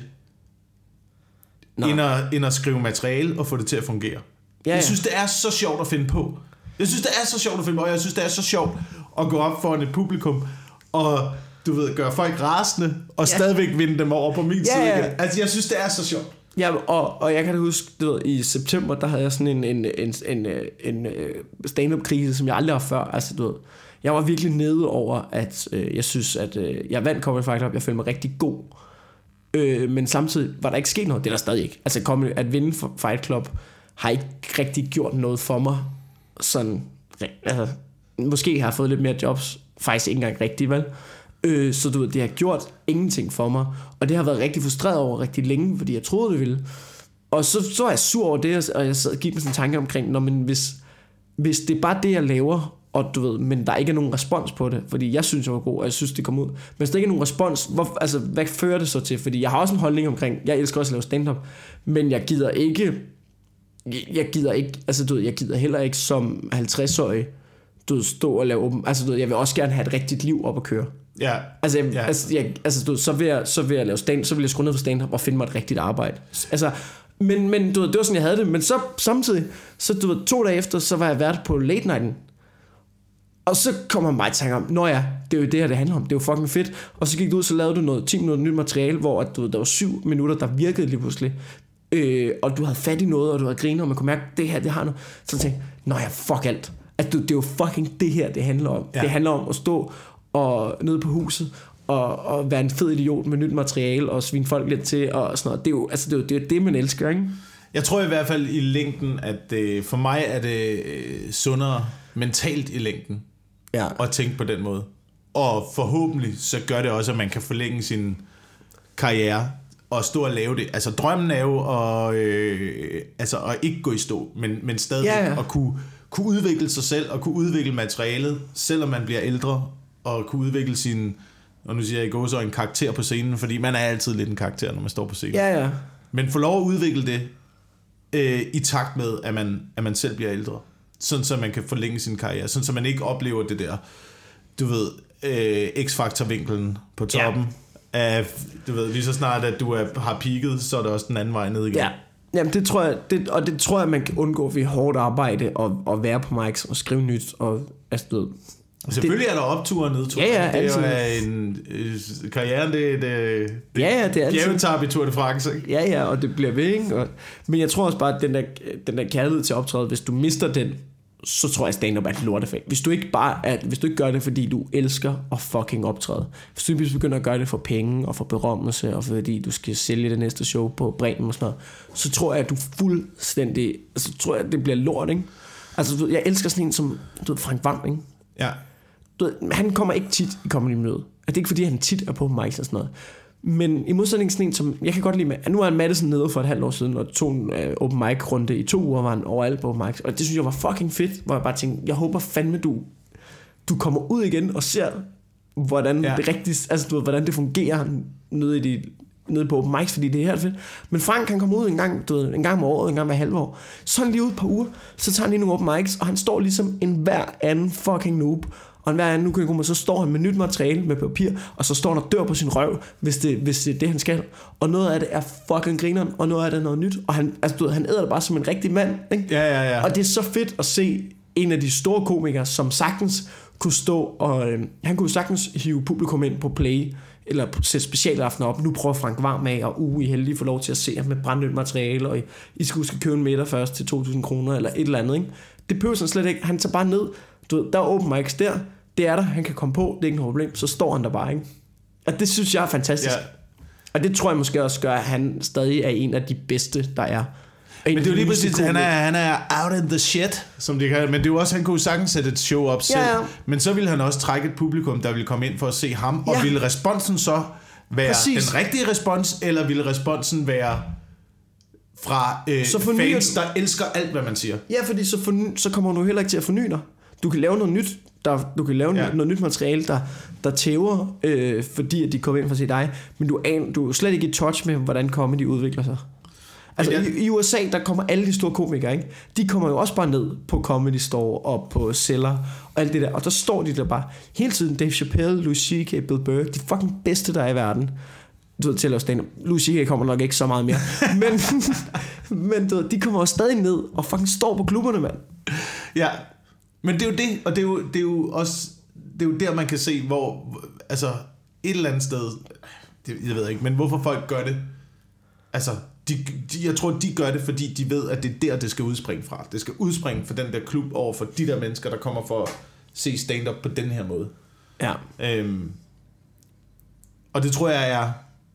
end at, end at skrive materiale og få det til at fungere. Ja, ja. Jeg synes, det er så sjovt at finde på. Jeg synes, det er så sjovt at finde på, og jeg synes, det er så sjovt at gå op foran et publikum og, du ved, gøre folk rasende og ja. stadigvæk vinde dem over på min ja, side igen. Altså, jeg synes, det er så sjovt. Ja, og, og jeg kan da huske, du ved, i september, der havde jeg sådan en, en, en, en, en stand-up-krise, som jeg aldrig har før. Altså, du ved, jeg var virkelig nede over, at øh, jeg synes, at øh, jeg vandt Comedy Fight Club, jeg følte mig rigtig god. Øh, men samtidig var der ikke sket noget. Det er der stadig ikke. Altså comedy, at vinde Fight Club har ikke rigtig gjort noget for mig. Sådan, altså, måske har jeg fået lidt mere jobs. Faktisk ikke engang rigtigt, vel? Øh, så du ved, det har gjort ingenting for mig. Og det har været rigtig frustreret over rigtig længe, fordi jeg troede, det ville. Og så, så er jeg sur over det, og jeg sad og gik med sådan en tanke omkring, når, men hvis, hvis det er bare det, jeg laver, og du ved, men der ikke er nogen respons på det, fordi jeg synes, jeg var god, og jeg synes, det kom ud. Men hvis der ikke er nogen respons, hvor, altså, hvad fører det så til? Fordi jeg har også en holdning omkring, jeg elsker også at lave stand-up, men jeg gider ikke, jeg gider ikke, altså du ved, jeg gider heller ikke som halvtreds-årig, du ved, stå og lave åben, altså du ved, jeg vil også gerne have et rigtigt liv op at køre. Ja. Altså, jeg, ja. altså, jeg, altså du ved, så vil jeg, så vil jeg lave stand, så vil jeg skrue ned for stand-up og finde mig et rigtigt arbejde. Altså, men, men du ved, det var sådan, jeg havde det, men så samtidig, så du ved, to dage efter, så var jeg vært på Late Nighten. Og så kommer man bare i tanke om, nå ja, det er jo det her, det handler om. Det er jo fucking fedt. Og så gik du ud, så lavede du noget ti minutter nyt materiale, hvor at, du, der var syv minutter, der virkede lige pludselig. Øh, og du havde fat i noget, og du havde grinet, og man kunne mærke, det her, det har noget. Så tænkte jeg, nå ja, fuck alt. At du, det er jo fucking det her, det handler om. Ja. Det handler om at stå og nede på huset, og, og være en fed idiot med nyt materiale, og svine folk lidt til, og sådan noget. Det er jo altså, det, er jo, det, er jo det, man elsker, ikke? Jeg tror i hvert fald i længden, at øh, for mig er det øh, sundere mentalt i længden. Ja. Og tænke på den måde. Og forhåbentlig så gør det også, at man kan forlænge sin karriere og stå og lave det. Altså drømmen er jo at, øh, altså, at ikke gå i stå, men, men stadig ja, ja. at kunne, kunne udvikle sig selv og kunne udvikle materialet, selvom man bliver ældre, og kunne udvikle sin, og nu siger jeg i går så en karakter på scenen, fordi man er altid lidt en karakter, når man står på scenen. Ja, ja. Men få lov at udvikle det øh, i takt med, at man, at man selv bliver ældre. Sådan så man kan forlænge sin karriere. Sådan så man ikke oplever det der, du ved, øh, X-faktor-vinklen på toppen. Ja. Af, du ved, lige så snart at du er, har peaked, så er det også den anden vej ned igen. Ja. Jamen det tror jeg, det, og det tror jeg, man kan undgå ved hårdt arbejde og, og være på mics og skrive nyt. Og, altså, du ved, og selvfølgelig det, er der optur og nedtur. Ja, ja, det er jo en øh, karrieren, det, det, det ja, ja, det er bjergetab i Tour de France. Ikke? Ja, ja, og det bliver ved, ikke? Og, men jeg tror også bare, at den der, den der kærlighed til optræde, hvis du mister den, så tror jeg, stand-up er et lortefag. Hvis du ikke bare at, hvis du ikke gør det, fordi du elsker at fucking optræde. Hvis du begynder at gøre det for penge og for berømmelse, og fordi du skal sælge det næste show på Bremen og sådan noget, så tror jeg, at du fuldstændig, så tror jeg, at det bliver lort, ikke? Altså, jeg elsker sådan en som, du ved, Frank Hvam, ikke? Ja. Du ved, han kommer ikke tit i comedy-mødet. Det er ikke, fordi han tit er på mics og sådan noget. Men i modsætning sådan en, som jeg kan godt lide med, nu er han Madison nede for et halvt år siden, og tog en uh, open mic runde i to uger, var han overalt på open mics, og det synes jeg var fucking fedt, hvor jeg bare tænkte, jeg håber fandme, du, du kommer ud igen og ser, hvordan ja. det rigtigt, altså du ved, hvordan det fungerer nede i de nede på open mics, fordi det er helt fedt. Men Frank, han kommer ud en gang, du ved, en gang om året, en gang hver halve år. Så er han lige ude et par uger, så tager han lige nogle open mics, og han står ligesom en hver anden fucking noob. Og en hver anden, nu kan jeg komme, så står han med nyt materiale med papir, og så står han og dør på sin røv, hvis det, hvis det er det, han skal. Og noget af det er fucking grineren, og noget af det er noget nyt. Og han, altså, du ved, han æder det bare som en rigtig mand, ikke? Ja, ja, ja. Og det er så fedt at se en af de store komikere, som sagtens kunne stå, og øh, han kunne sagtens hive publikum ind på Play, eller sætte specialaftener op. Nu prøver Frank Varm af, og uh, I heldige får lov til at se ham med brandnyt materiale, og I, I skal huske at købe en middag først til to tusind kroner, eller et eller andet, ikke? Det behøver sådan slet ikke. Han tager bare ned. Du ved, der er open mics der. Det er der. Han kan komme på. Det er ikke noget problem. Så står han der bare, ikke? Og det synes jeg er fantastisk. Ja. Og det tror jeg måske også gør, at han stadig er en af de bedste, der er. Men det er jo lige præcis, han er, han er out in the shit, som de kalder. Men det er jo også, han kunne sagtens sætte et show op selv. Ja, ja. Men så ville han også trække et publikum, der ville komme ind for at se ham. Og ja. Ville responsen så være præcis. Den rigtige respons, eller ville responsen være fra øh, fans, der elsker alt, hvad man siger? Ja, fordi så, forny- så kommer du heller ikke til at forny dig. Du kan lave noget nyt, der, du kan lave ja. noget nyt materiale, der, der tæver, øh, fordi at de kommer ind for at se dig. Men du er, du er slet ikke i touch med, hvordan comedy udvikler sig. Altså ja. i, i U S A, der kommer alle de store komikere, ikke? De kommer jo også bare ned på Comedy Store og på Cellar og alt det der. Og der står de der bare hele tiden. Dave Chappelle, Louis C K, Bill Burr, de fucking bedste, der er i verden. Du ved, til at lave stand-up. Louis C K kommer nok ikke så meget mere. men men du ved, de kommer også stadig ned og fucking står på klubberne, mand. Ja, men det er jo det, og det er jo, det er jo også, det er jo der, man kan se, hvor, altså, et eller andet sted, det, jeg ved ikke, men hvorfor folk gør det. Altså, de, de, jeg tror, de gør det, fordi de ved, at det er der, det skal udspringe fra. Det skal udspringe fra den der klub over for de der mennesker, der kommer for at se stand-up på den her måde. Ja. Øhm, og det tror jeg er,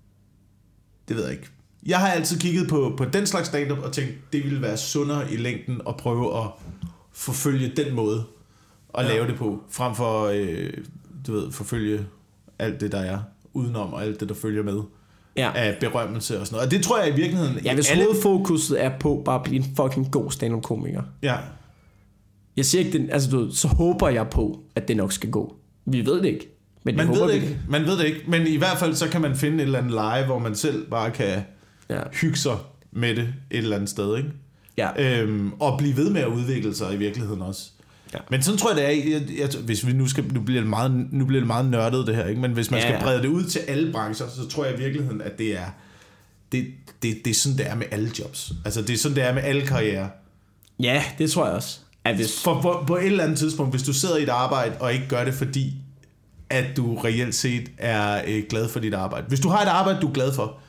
det ved jeg ikke. Jeg har altid kigget på, på den slags stand-up og tænkt, det ville være sundere i længden at prøve at forfølge den måde at ja. lave det på, frem for, øh, du ved, forfølge alt det, der er udenom, og alt det, der følger med. Ja. Af berømmelse og sådan noget. Og det tror jeg i virkeligheden... Ja, hvis alle... hovedfokuset er på bare at blive en fucking god stand-up-komiker. Ja. Jeg siger ikke, det, altså du ved, så håber jeg på, at det nok skal gå. Vi ved det ikke. Men man, ved det ikke. man ved det ikke. Men i hvert fald, så kan man finde et eller andet leje, hvor man selv bare kan ja. hygge sig med det et eller andet sted, ikke? Ja. Øhm, og blive ved med at udvikle sig i virkeligheden også. Ja. Men sådan tror jeg, det er, jeg, jeg, hvis vi nu skal, nu bliver det meget, nu bliver det meget nørdet det her, ikke? Men hvis man ja, skal brede det ud til alle brancher, så tror jeg i virkeligheden, at det er, det, det, det er sådan, det er med alle jobs. Altså, det er sådan, det er med alle karrierer. Ja, det tror jeg også. At hvis... For på, på et eller andet tidspunkt, hvis du sidder i et arbejde, og ikke gør det, fordi at du reelt set er øh, glad for dit arbejde. Hvis du har et arbejde, du er glad for,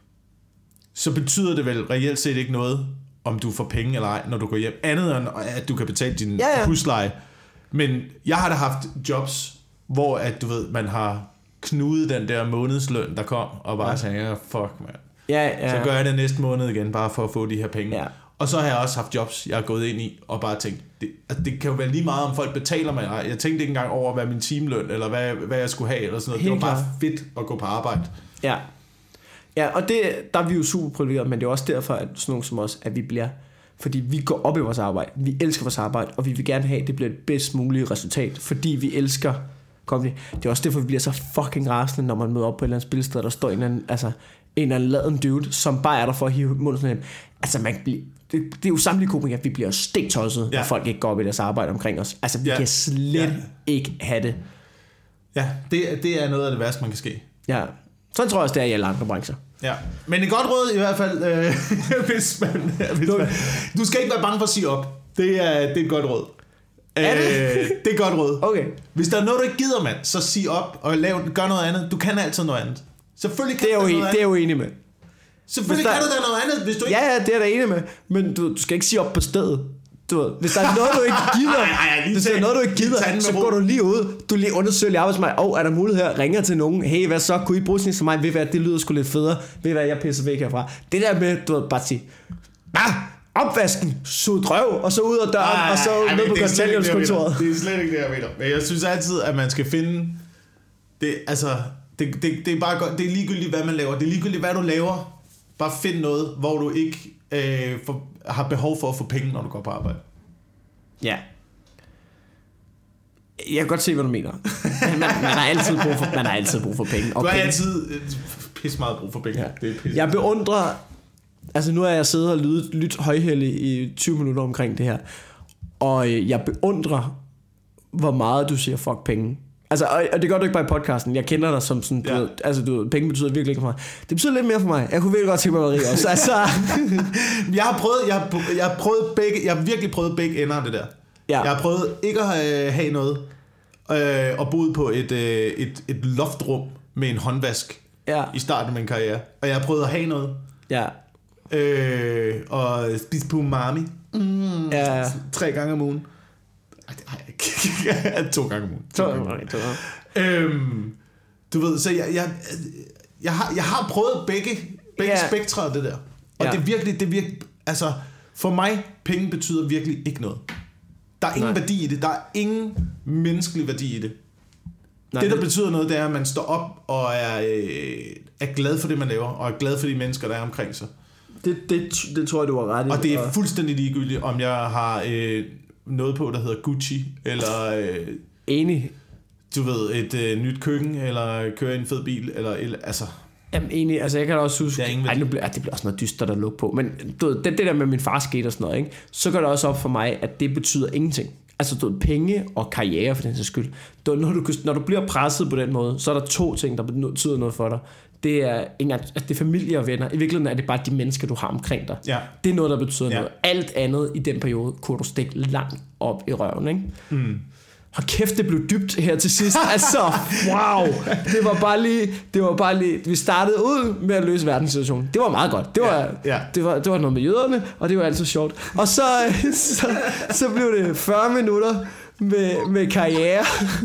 så betyder det vel reelt set ikke noget, om du får penge eller ej, når du går hjem. Andet end, at du kan betale din ja, ja. husleje. Men jeg har da haft jobs, hvor at, du ved, man har knudet den der månedsløn, der kom, og bare ja. tænker, fuck, man. Ja, ja. Så gør jeg det næste måned igen, bare for at få de her penge. Ja. Og så har jeg også haft jobs, jeg er gået ind i, og bare tænkt, det, altså det kan jo være lige meget, om folk betaler mig. Jeg tænkte ikke engang over, hvad min timeløn, eller hvad, hvad jeg skulle have, eller sådan noget. Helt det var bare klar. Fedt at gå på arbejde. Ja. Ja, og det, der er vi jo super privilegeret, men det er også derfor, at sådan nogen som os, at vi bliver, fordi vi går op i vores arbejde, vi elsker vores arbejde, og vi vil gerne have, at det bliver det bedst mulige resultat, fordi vi elsker comedy. Det er også derfor, vi bliver så fucking rasende, når man møder op på et eller andet spilsted, der står en eller anden, altså, en eller anden laden dude, som bare er der for at hive munden sådan. Altså, man bliver, det, det er jo samtlige komikere, vi bliver stiktosset, ja. når folk ikke går op i deres arbejde omkring os. Altså, vi ja. kan slet ja. ikke have det. Ja, det, det er noget af det værste, man kan ske. Ja, sådan tror jeg også, det er i alle andre brancher. Ja, men et godt råd i hvert fald, øh, hvis, man, hvis man... Du skal ikke være bange for at sige op. Det er, det er et godt råd. Er det? Øh, det er et godt råd. Okay. Hvis der er noget, du ikke gider, mand, så sig op og lav, gør noget andet. Du kan altid noget andet. Selvfølgelig kan det er du jo noget en, andet. Det er jo enig med. Selvfølgelig der... kan du da noget andet, hvis du ikke... Ja, ja, det er der enig med. Men du, du skal ikke sige op på stedet. Du ved, hvis der er noget, du ikke gider, ej, ej, ej, hvis der er noget, du ikke gider, så går du lige ud, du lige undersøger lige arbejdsmarkedet, og oh, er der mulighed her, ringer til nogen, hey, hvad så, kunne I bruge sådan for mig, ved hvad, det lyder sgu lidt federe, ved hvad, jeg pisser væk herfra. Det der med, du ved, bare sige, ah, opvasken, sud røv, og så ud af døren, ej, og så ej, ned på kontanthjælpskontoret. Det er slet ikke det, jeg mener. Men jeg synes altid, at man skal finde, det, altså, det, det, det er bare godt, det er ligegyldigt, hvad man laver, det er ligegyldigt, hvad du laver, bare find noget, hvor du ikke øh, for, har behov for at få penge, når du går på arbejde. Ja. Jeg kan godt se, hvad du mener. Man, man, har, altid brug for, man har altid brug for penge. Og du har penge. altid pisse meget brug for penge. Ja. Det er pisse jeg beundrer... Altså nu er jeg siddet og lyttet, lyttet højhellig i tyve minutter omkring det her. Og jeg beundrer, hvor meget du siger fuck penge. Altså, og det gør du ikke bare i podcasten. Jeg kender dig som sådan, du ja. ved, altså du ved, penge betyder virkelig ikke for mig. Det betyder lidt mere for mig. Jeg kunne virkelig godt tænke mig at rig også. Altså. jeg har prøvet, jeg har, jeg har prøvet begge, jeg har virkelig prøvet begge ender af det der. Ja. Jeg har prøvet ikke at have noget, øh, og boet på et, øh, et, et loftrum med en håndvask ja. i starten af min karriere. Og jeg har prøvet at have noget. Ja. Øh, og spise på umami. Mm, ja. Tre gange om ugen. Ej, det har jeg ikke. to gange om ugen. To gange om ugen. Øhm, du ved, så jeg, jeg, jeg, har, jeg har prøvet begge, begge yeah. spektre af det der. Og yeah. det er virkelig, det er virkelig, altså, for mig, penge betyder virkelig ikke noget. Der er ingen Nej. værdi i det. Der er ingen menneskelig værdi i det. Nej, det, der det... betyder noget, det er, at man står op og er, øh, er glad for det, man laver, og er glad for de mennesker, der er omkring sig. Det, det, det tror jeg, du har ret i. Og det er fuldstændig ligegyldigt, om jeg har øh, noget på, der hedder Gucci, eller... Øh, enig. Du ved, et øh, nyt køkken, eller kører i en fed bil, eller... eller altså... Jamen enig, altså jeg kan da også huske... Ej, nu bliver, det bliver også noget dystert at lukke på, men du ved, det, det der med min far skete og sådan noget, ikke? Så går det også op for mig, at det betyder ingenting. Altså du ved, penge og karriere for den sags skyld. Du, når, du, når du bliver presset på den måde, så er der to ting, der betyder noget for dig. Det er, altså det er familie og venner. I virkeligheden er det bare de mennesker, du har omkring dig. Ja. Det er noget, der betyder ja. noget. Alt andet i den periode kunne du stikke langt op i røven, ikke? Mm. Og kæft, det blev dybt her til sidst. Altså, wow. Det var bare lige, det var bare lige, vi startede ud med at løse verdenssituationen. Det var meget godt. Det var, ja, ja. det var, det var noget med jøderne, og det var altid sjovt. Og så, så, så blev det fyrre minutter med, med karriere.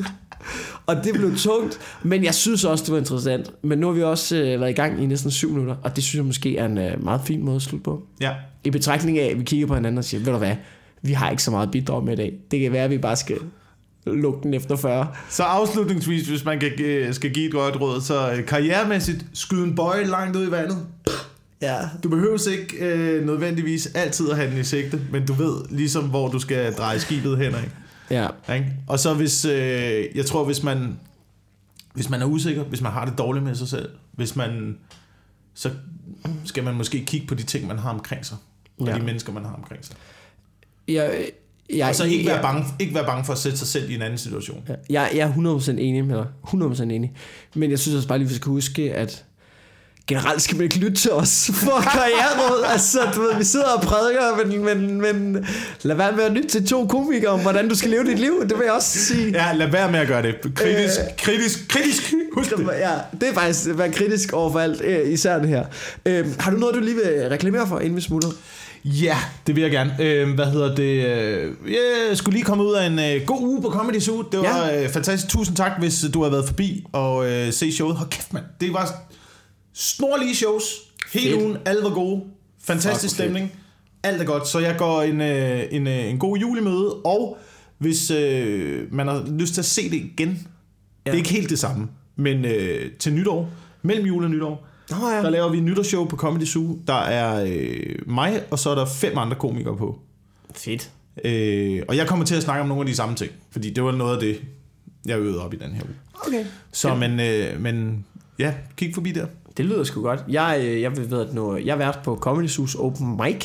Og det blev tungt, men jeg synes også, det var interessant. Men nu har vi også øh, været i gang i næsten syv minutter, og det synes jeg måske er en øh, meget fin måde at slutte på. Ja. I betragtning af, at vi kigger på hinanden og siger, ved du hvad, vi har ikke så meget bidrag med i dag. Det kan være, at vi bare skal lukke den efter fyrre. Så afslutningsvis, hvis man kan, skal give et godt råd, så karrieremæssigt, skyd en bøje langt ud i vandet. Ja. Du behøver ikke øh, nødvendigvis altid at have den i sigte, men du ved ligesom, hvor du skal dreje skibet hen, ikke? Ja. Ikke? Og så hvis, øh, jeg tror, hvis man, hvis man er usikker, hvis man har det dårligt med sig selv, hvis man, så skal man måske kigge på de ting, man har omkring sig, og ja. de mennesker, man har omkring sig. Ja, jeg, og så ikke være, bange, ikke være bange for at sætte sig selv i en anden situation. Ja, jeg, jeg er hundrede procent enig med dig. hundrede procent enig. Men jeg synes også bare lige, vi skal huske, at generelt skal man ikke lytte til os for karriereråd. Altså, du ved, vi sidder og prædiker, men, men, men lad være med at lytte til to komikere om, hvordan du skal leve dit liv. Det vil jeg også sige. Ja, lad være med at gøre det. Kritisk, øh, kritisk, kritisk. Husk det. Ja, det er faktisk at være kritisk over for alt, især det her. Øh, har du noget, du lige vil reklamere for, inden vi smutter? Ja, det vil jeg gerne. Øh, hvad hedder det? Jeg skulle lige komme ud af en øh, god uge på Comedy Zoo. Det var ja. øh, fantastisk. Tusind tak, hvis du har været forbi og øh, se showet. Hold kæft, mand. Det var snorlige shows. Hele ugen. Alle var gode. Fantastisk stemning. Fedt. Alt er godt. Så jeg går en, øh, en, øh, en god julemøde. Og hvis øh, man har lyst til at se det igen, ja. det er ikke helt det samme, men øh, til nytår, mellem jul og nytår, Oh, ja. der laver vi et nytårsshow på Comedy Zoo. Der er øh, mig, og så er der fem andre komikere på. Fedt. øh, Og jeg kommer til at snakke om nogle af de samme ting, fordi det var noget af det, jeg øvede op i den her uge. Okay. Så ja. men, øh, men ja, kig forbi der. Det lyder sgu godt. Jeg, jeg ved at nu, jeg har været på Comedy Zoo's Open Mic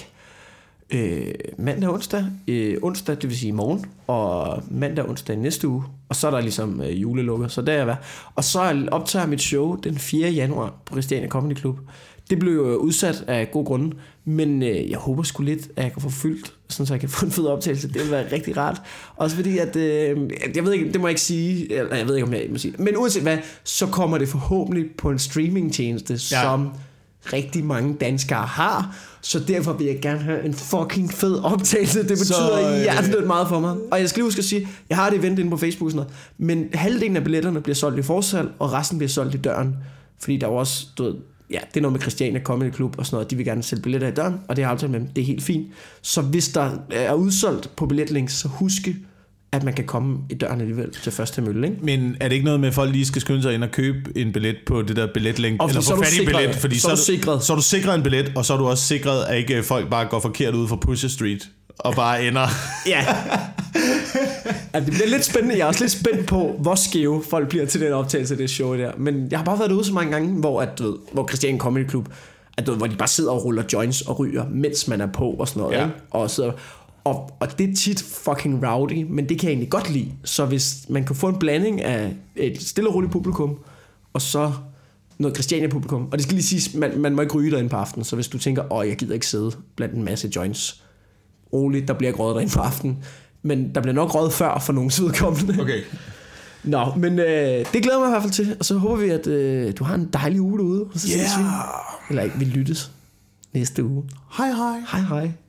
øh, mandag og onsdag. øh, Onsdag, det vil sige i morgen, og mandag og onsdag næste uge. Og så er der ligesom øh, julelukker, så der er jeg været. Og så optager jeg mit show den fjerde januar på Christiania Comedy Club. Det blev jo udsat af gode grunde, men øh, jeg håber sgu lidt, at jeg kan få fyldt, sådan så jeg kan få en fed optagelse. Det vil være rigtig rart. Også fordi, at øh, jeg ved ikke, det må jeg ikke sige, eller jeg ved ikke, om jeg må sige det. Men uanset hvad, så kommer det forhåbentlig på en streamingtjeneste, ja. som rigtig mange danskere har. Så derfor vil jeg gerne have en fucking fed optagelse. Det betyder øh, hjerteligt meget for mig. Og jeg skal lige huske at sige, jeg har det event inde på Facebook og sådan noget, men halvdelen af billetterne bliver solgt i forsalg, og resten bliver solgt i døren. Fordi der er også, du ved, ja, det er noget med Christiania Comedy Club og sådan noget. De vil gerne sælge billetter i døren, og det har jeg aftalt med dem. Det er helt fint. Så hvis der er udsolgt på billetlinks, så husk, at man kan komme i døren alligevel til første mølle, ikke? Men er det ikke noget med, at folk lige skal skynde sig ind og købe en billet på det der billetlink? Eller få fat i en billet, fordi så, så, er du sikret. så er du sikret en billet, og så er du også sikret, at ikke folk bare går forkert ud for Pusher Street og bare ender... ja. at det bliver lidt spændende. Jeg er også lidt spændt på, hvor skæve folk bliver til den optagelse af det show der. Men jeg har bare været derude så mange gange, hvor, at, du ved, hvor Christian Comedy Club, at, du ved, hvor de bare sidder og ruller joints og ryger, mens man er på og sådan noget. Ja. Ikke? Og, sidder, og, og det er tit fucking rowdy, men det kan jeg egentlig godt lide. Så hvis man kan få en blanding af et stille og roligt publikum, og så noget Christiania-publikum. Og det skal lige siges, man, man må ikke ryge derinde på aftenen. Så hvis du tænker, åh, jeg gider ikke sidde blandt en masse joints, roligt, der bliver ikke røget derinde på aftenen. Men der bliver nok røget før for nogens vedkommende. Okay. Nå, men øh, det glæder mig i hvert fald til. Og så håber vi, at øh, du har en dejlig uge derude. Og så ses yeah. vi. Eller ikke, vi lyttes næste uge. Hej hej. Hej hej.